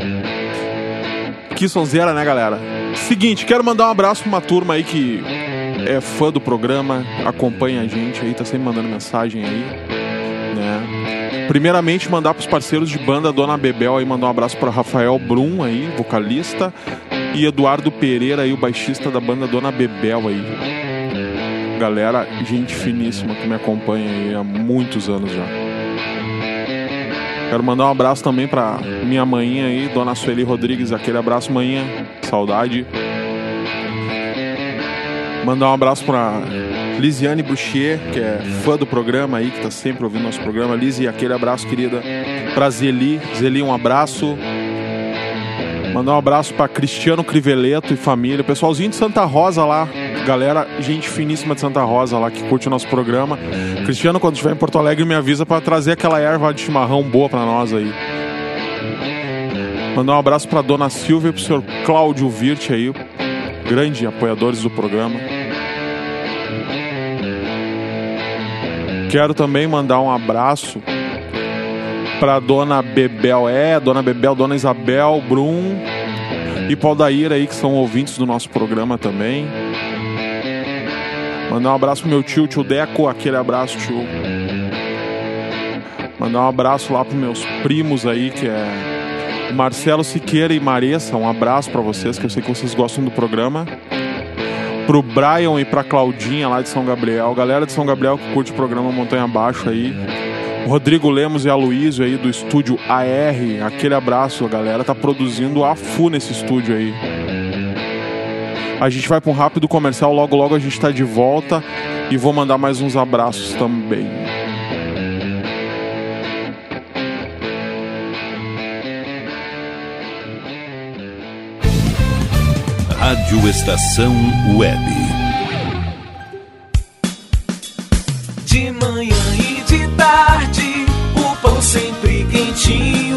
Que sonzeira, né, galera? Seguinte, quero mandar um abraço pra uma turma aí que é fã do programa, acompanha a gente aí, tá sempre mandando mensagem aí, né? Primeiramente, mandar pros parceiros de banda Dona Bebel aí, mandar um abraço pra Rafael Brum aí, vocalista, e Eduardo Pereira aí, o baixista da banda Dona Bebel aí. Galera, gente finíssima que me acompanha aí há muitos anos já. Quero mandar um abraço também pra minha maninha aí, Dona Sueli Rodrigues, aquele abraço, maninha, saudade. Mandar um abraço pra Lisiane Boucher, que é fã do programa aí, que tá sempre ouvindo nosso programa. Lisi, aquele abraço, querida. Pra Zeli, um abraço. Mandar um abraço pra Cristiano Criveleto e família. Pessoalzinho de Santa Rosa lá. Galera, gente finíssima de Santa Rosa lá, que curte o nosso programa. Cristiano, quando estiver em Porto Alegre, me avisa pra trazer aquela erva de chimarrão boa pra nós aí. Mandar um abraço pra Dona Silvia e pro senhor Cláudio Virte aí, grande apoiadores do programa. Quero também mandar um abraço pra Dona Bebel, Dona Isabel Brum e Paulo Daíra aí, que são ouvintes do nosso programa também. Mandar um abraço pro meu tio Deco, aquele abraço, tio. Mandar um abraço lá pros meus primos aí, que é Marcelo Siqueira e Maressa, um abraço pra vocês, que eu sei que vocês gostam do programa. Pro Brian e pra Claudinha lá de São Gabriel, galera de São Gabriel que curte o programa Montanha Abaixo aí. O Rodrigo Lemos e a Luísio aí do estúdio AR, aquele abraço, a galera tá produzindo a full nesse estúdio aí. A gente vai pra um rápido comercial, logo logo a gente tá de volta e vou mandar mais uns abraços também. Rádio Estação Web. De manhã e de tarde, o pão sempre quentinho.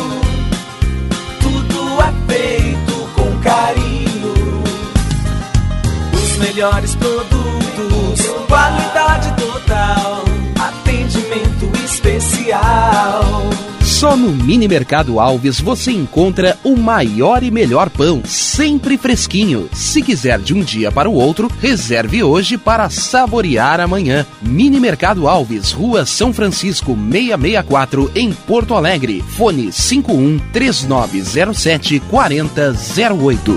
Tudo é feito com carinho. Os melhores produtos, qualidade total, atendimento especial. Só no Mini Mercado Alves você encontra o maior e melhor pão, sempre fresquinho. Se quiser de um dia para o outro, reserve hoje para saborear amanhã. Mini Mercado Alves, Rua São Francisco, 664, em Porto Alegre. Fone 51 3907 4008.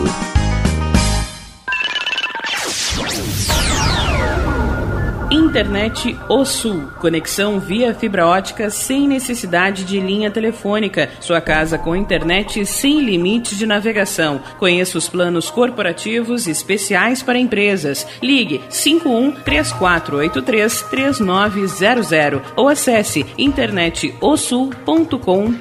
Internet O Sul. Conexão via fibra ótica sem necessidade de linha telefônica. Sua casa com internet sem limite de navegação. Conheça os planos corporativos especiais para empresas. Ligue 51-3483-3900 ou acesse internetosul.com.br.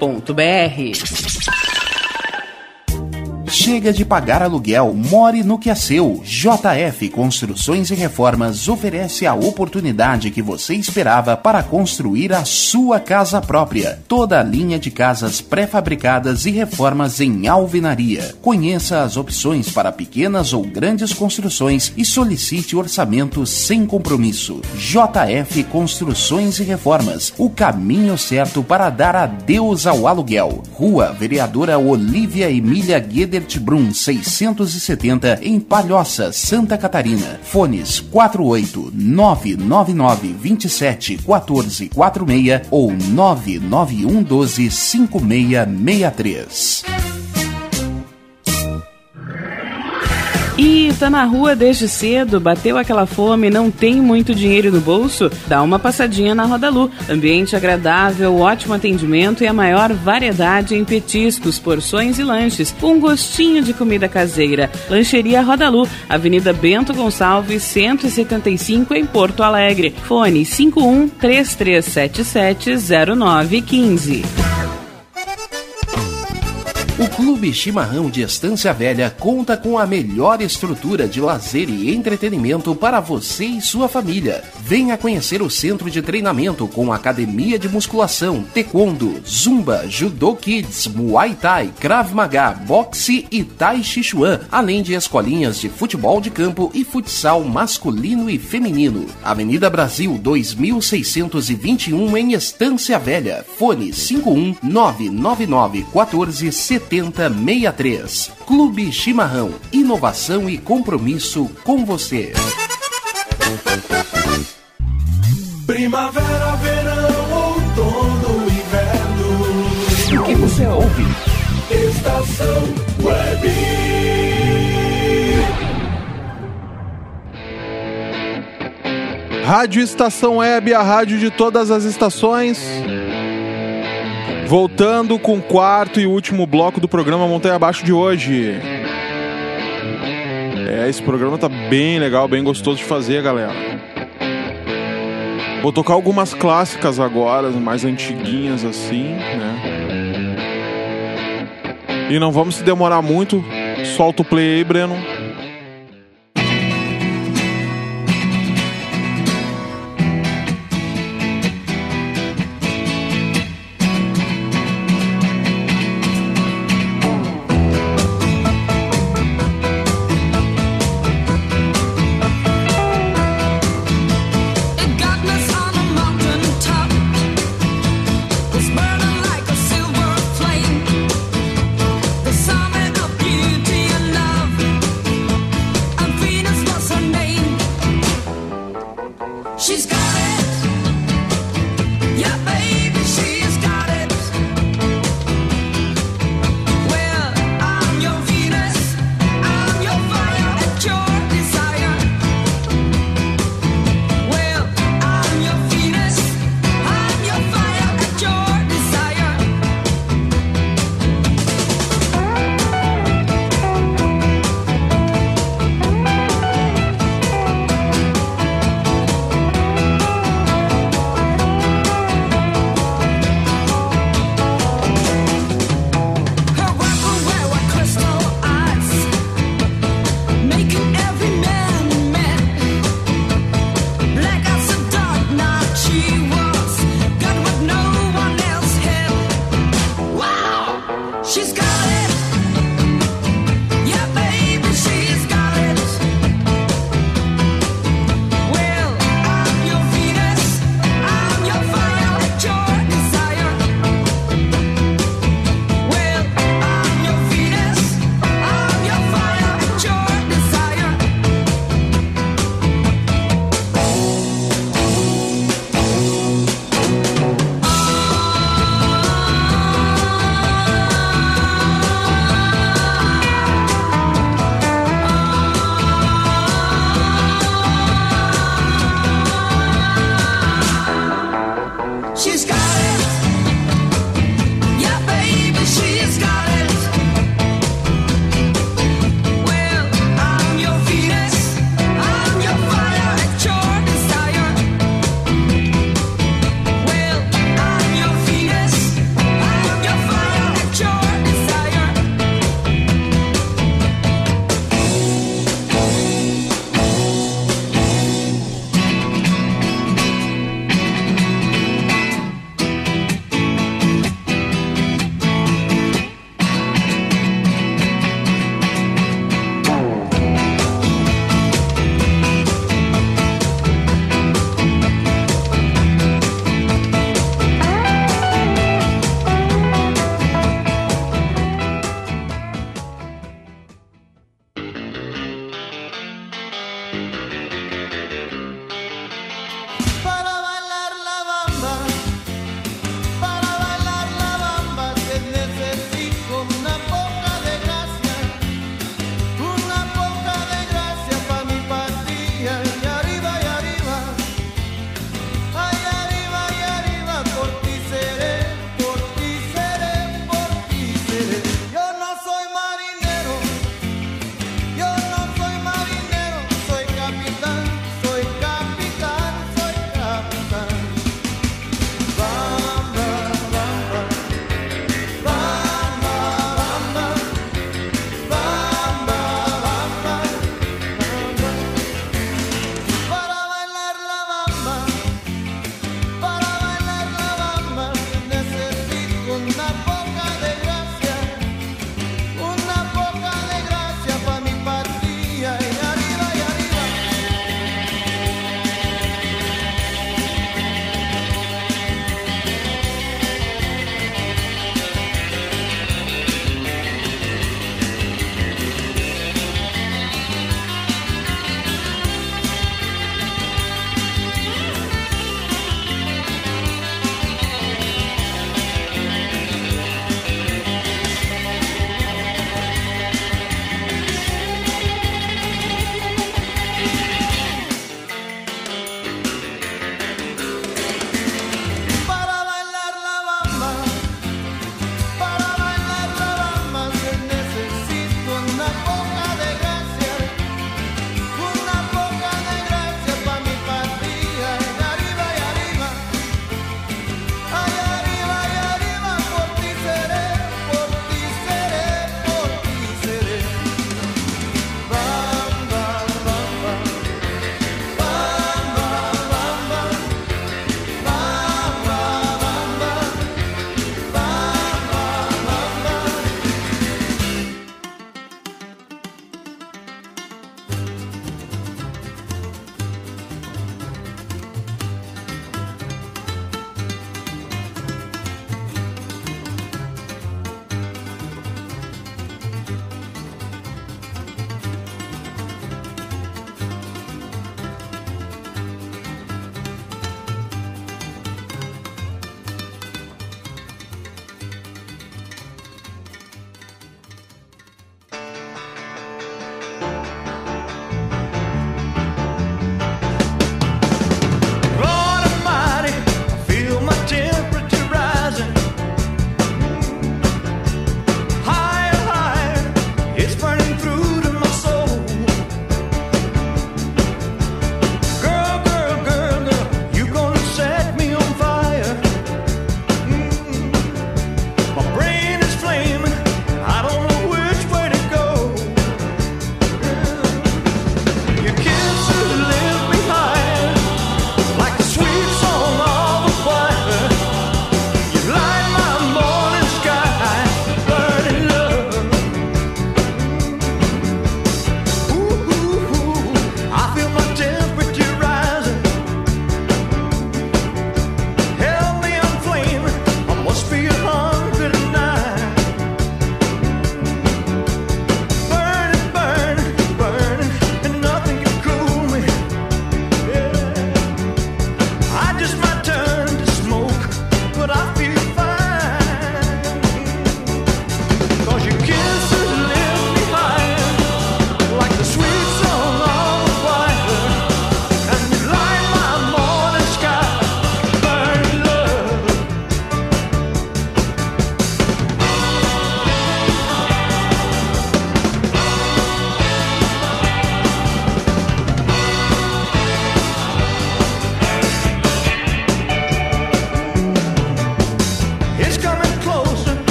Chega de pagar aluguel, more no que é seu. JF Construções e Reformas oferece a oportunidade que você esperava para construir a sua casa própria. Toda a linha de casas pré-fabricadas e reformas em alvenaria. Conheça as opções para pequenas ou grandes construções e solicite orçamento sem compromisso. JF Construções e Reformas, o caminho certo para dar adeus ao aluguel. Rua Vereadora Olívia Emília Gueder Brum 670 em Palhoça, Santa Catarina. Fones 48999271446 ou 991125663. E tá na rua desde cedo, bateu aquela fome, não tem muito dinheiro no bolso? Dá uma passadinha na Roda Lu. Ambiente agradável, ótimo atendimento e a maior variedade em petiscos, porções e lanches. Um gostinho de comida caseira. Lancheria Roda Lu, Avenida Bento Gonçalves, 175 em Porto Alegre. Fone 51-3377-0915. O Clube Chimarrão de Estância Velha conta com a melhor estrutura de lazer e entretenimento para você e sua família. Venha conhecer o centro de treinamento com academia de musculação, taekwondo, zumba, judô kids, muay thai, krav maga, boxe e tai chi chuan, além de escolinhas de futebol de campo e futsal masculino e feminino. Avenida Brasil 2621 em Estância Velha. Fone 51 999 14 7063. Clube Chimarrão. Inovação e compromisso com você. Primavera, verão, outono, inverno. O que você ouve? Estação Web. Rádio Estação Web, a rádio de todas as estações. Voltando com o quarto e último bloco do programa Montanha Abaixo de hoje. Esse programa tá bem legal, bem gostoso de fazer, galera. Vou tocar algumas clássicas agora, mais antiguinhas assim, né? E não vamos se demorar muito. Solta o play aí, Breno.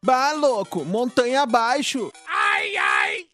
Bah, louco, montanha abaixo. Ai, ai!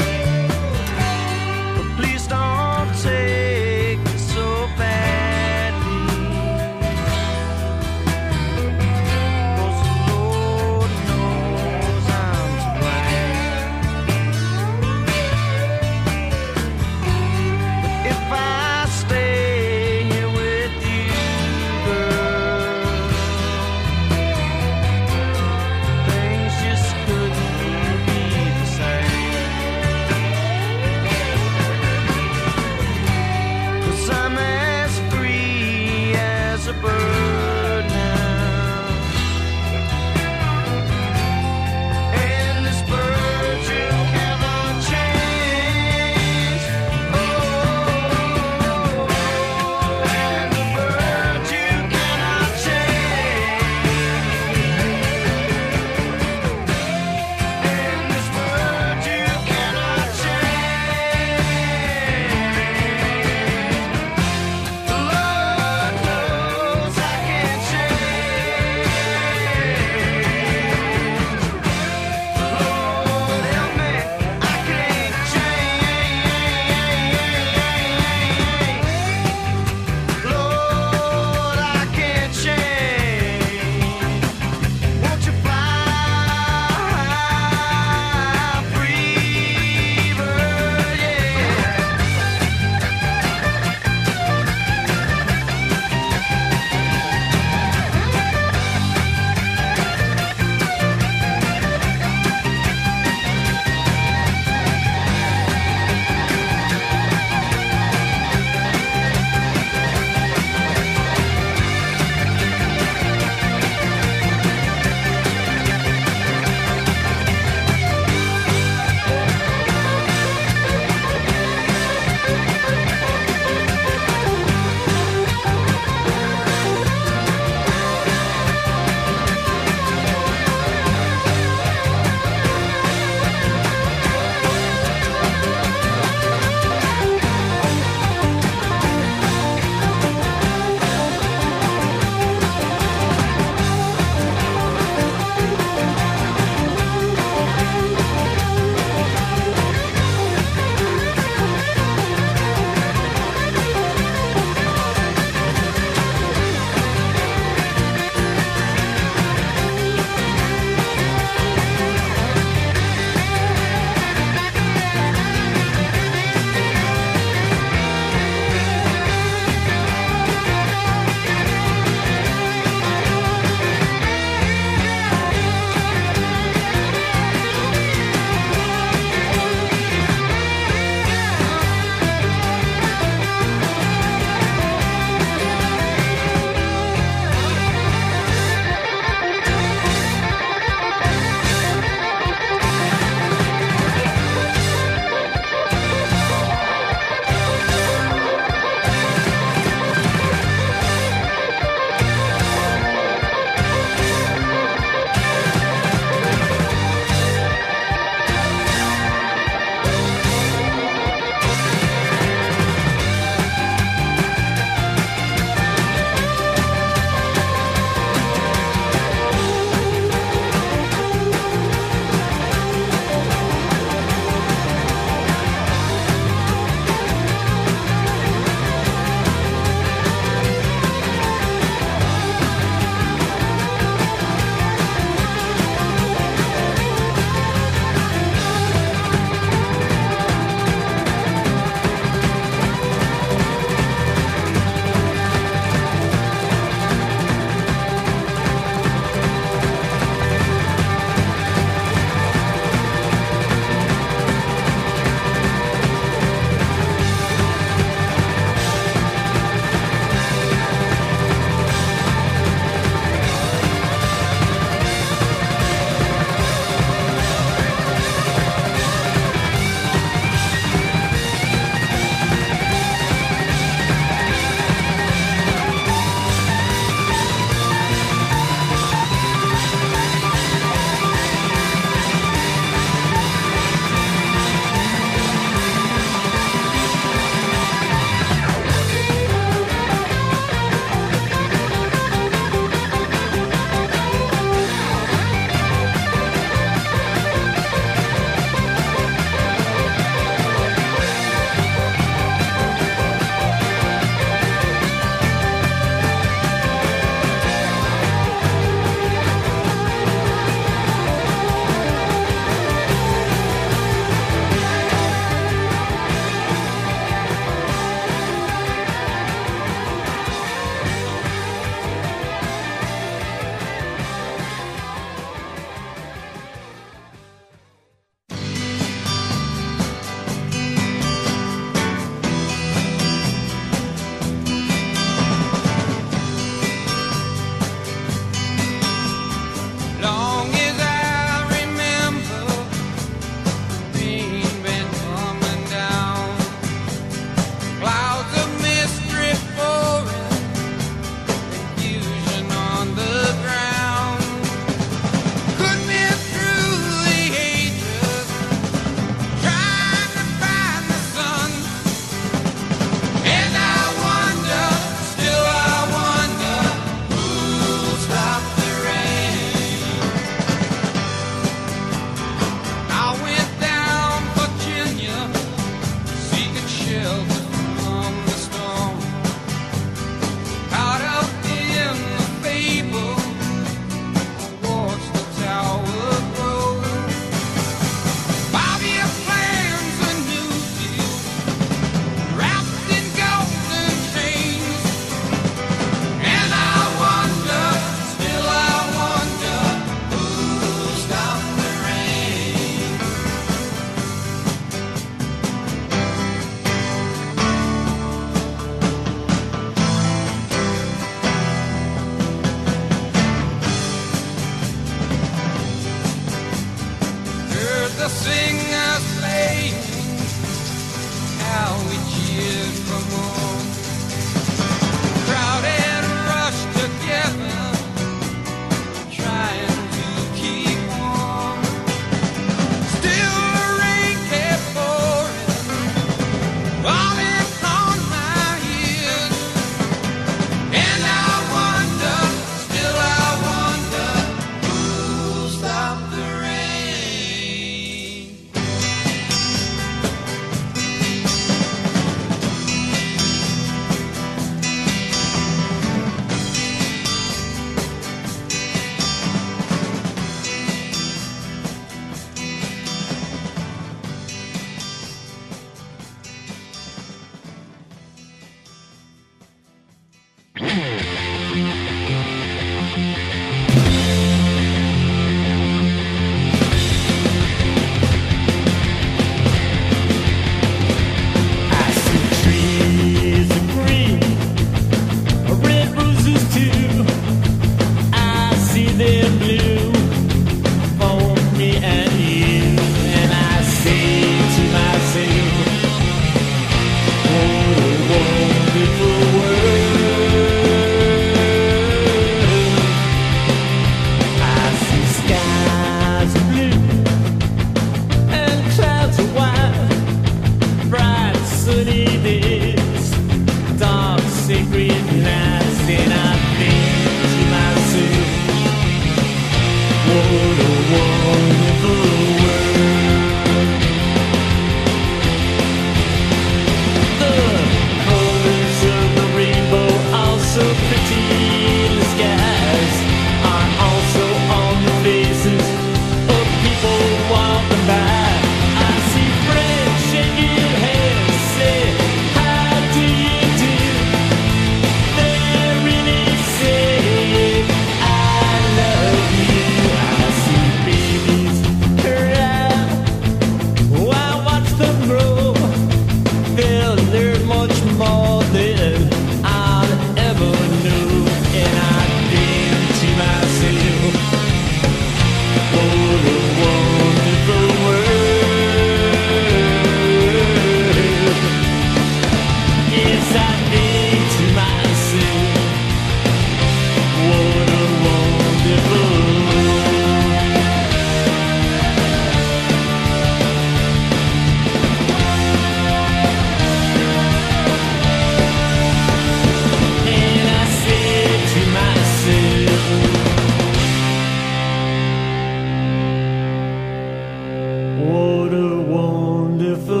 wonderful.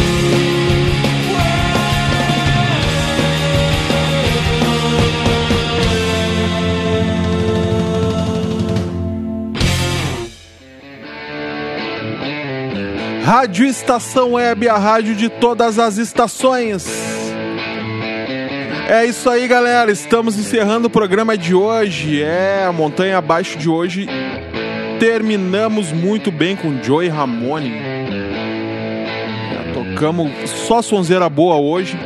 Rádio Estação Web, a rádio de todas as estações. É isso aí, galera. Estamos encerrando o programa de hoje. A Montanha Abaixo de hoje. Terminamos muito bem com Joey Ramone. Tocamos só sonzeira boa hoje.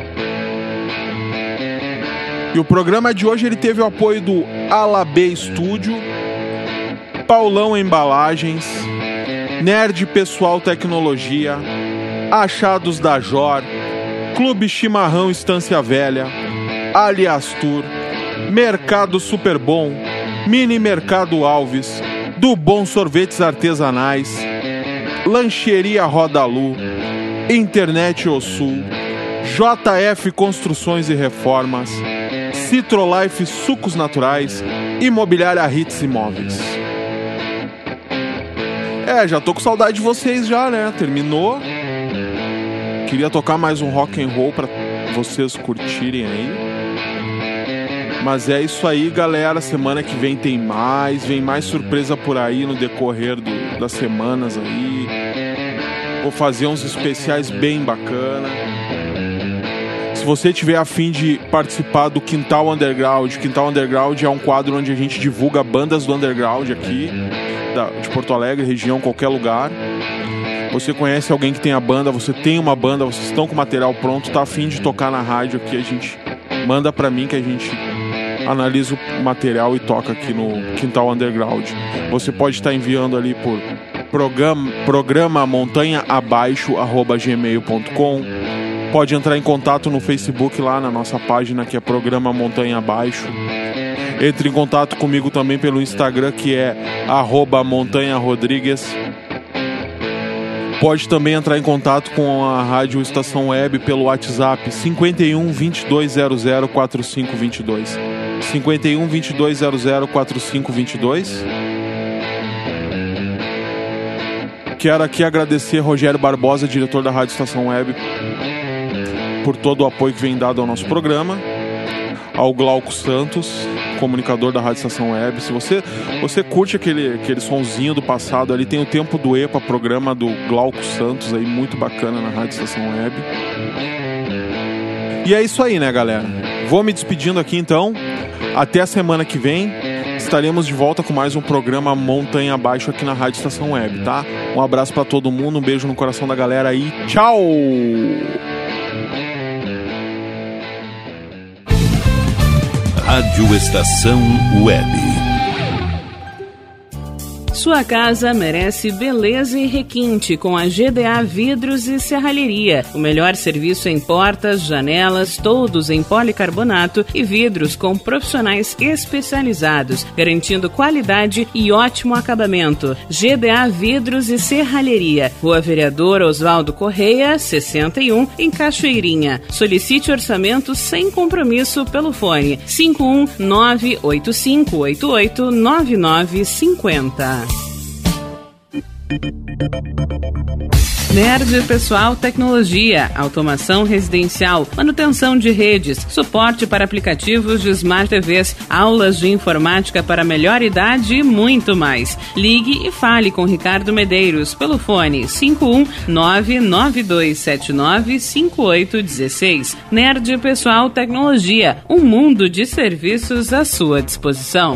E o programa de hoje ele teve o apoio do Alabê Estúdio, Paulão Embalagens, Nerd Pessoal Tecnologia, Achados da Jor, Clube Chimarrão Estância Velha, Alias Tour, Mercado Super Bom, Mini Mercado Alves, Do Bom Sorvetes Artesanais, Lancheria Rodalu, Internet O Sul, JF Construções e Reformas, Citrolife Sucos Naturais, Imobiliária Hits Imóveis. Já tô com saudade de vocês já, né? Terminou. Queria tocar mais um rock and roll pra vocês curtirem aí. Mas é isso aí, galera. Semana que vem tem mais. Vem mais surpresa por aí no decorrer das semanas aí. Vou fazer uns especiais bem bacana. Se você tiver a fim de participar do Quintal Underground, Quintal Underground é um quadro onde a gente divulga bandas do underground aqui, de Porto Alegre, região, qualquer lugar. Você conhece alguém que tem a banda, você tem uma banda, vocês estão com o material pronto, tá a fim de tocar na rádio aqui, a gente manda pra mim que a gente analisa o material e toca aqui no Quintal Underground. Você pode estar enviando ali por programa montanhaabaixo@gmail.com. Pode entrar em contato no Facebook lá na nossa página que é Programa Montanha Abaixo. Entre em contato comigo também pelo Instagram que é @montanharodrigues. Pode também entrar em contato com a Rádio Estação Web pelo WhatsApp 51 2200 4522. 51 2200 4522. Quero aqui agradecer Rogério Barbosa, diretor da Rádio Estação Web, por todo o apoio que vem dado ao nosso programa. Ao Glauco Santos, comunicador da Rádio Estação Web. Se você curte aquele sonzinho do passado, ali tem o Tempo do EPA, programa do Glauco Santos, aí muito bacana na Rádio Estação Web. E é isso aí, né, galera? Vou me despedindo aqui então. Até a semana que vem. Estaremos de volta com mais um programa Montanha Abaixo aqui na Rádio Estação Web, tá? Um abraço pra todo mundo, um beijo no coração da galera e tchau! Rádio Estação Web. Sua casa merece beleza e requinte com a GDA Vidros e Serralheria. O melhor serviço em portas, janelas, todos em policarbonato e vidros com profissionais especializados, garantindo qualidade e ótimo acabamento. GDA Vidros e Serralheria. Rua Vereador Oswaldo Correia, 61, em Cachoeirinha. Solicite orçamento sem compromisso pelo fone 51985889950. Nerd Pessoal Tecnologia, automação residencial, manutenção de redes, suporte para aplicativos de Smart TVs, aulas de informática para melhor idade e muito mais. Ligue e fale com Ricardo Medeiros pelo fone 51992795816. Nerd Pessoal Tecnologia, um mundo de serviços à sua disposição.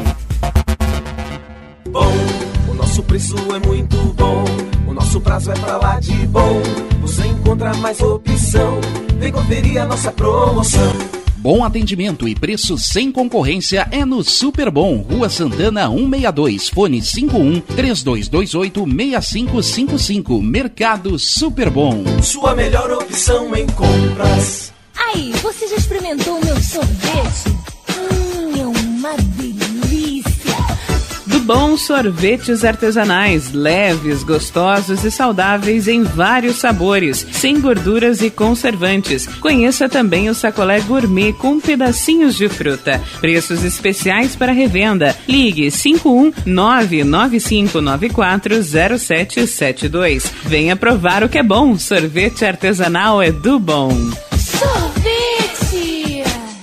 Bom, o nosso preço é muito bom. O nosso prazo é pra lá de bom. Você encontra mais opção. Vem conferir a nossa promoção. Bom atendimento e preço sem concorrência é no Super Bom, Rua Santana 162, fone 51-3228-6555, Mercado Super Bom. Sua melhor opção em compras. Aí, você já experimentou o meu sorvete? É uma delícia! Do Do Bom Sorvetes Artesanais, leves, gostosos e saudáveis em vários sabores, sem gorduras e conservantes. Conheça também o sacolé gourmet com pedacinhos de fruta. Preços especiais para revenda. Ligue 51995940772. Venha provar o que é bom. Sorvete artesanal é do Bom. Sorvete!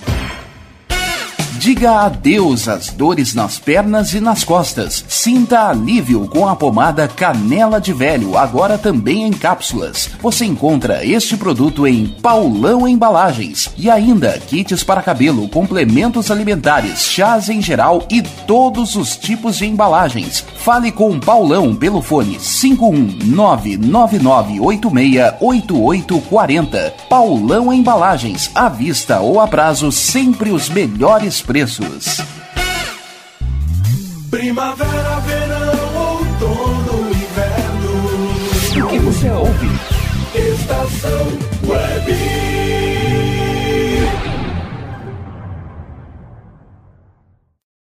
Diga adeus às dores nas pernas e nas costas. Sinta alívio com a pomada Canela de Velho, agora também em cápsulas. Você encontra este produto em Paulão Embalagens. E ainda kits para cabelo, complementos alimentares, chás em geral e todos os tipos de embalagens. Fale com Paulão pelo fone 51999868840. Paulão Embalagens, à vista ou a prazo, sempre os melhores preços. Primavera, verão, outono, inverno. O que você ouve?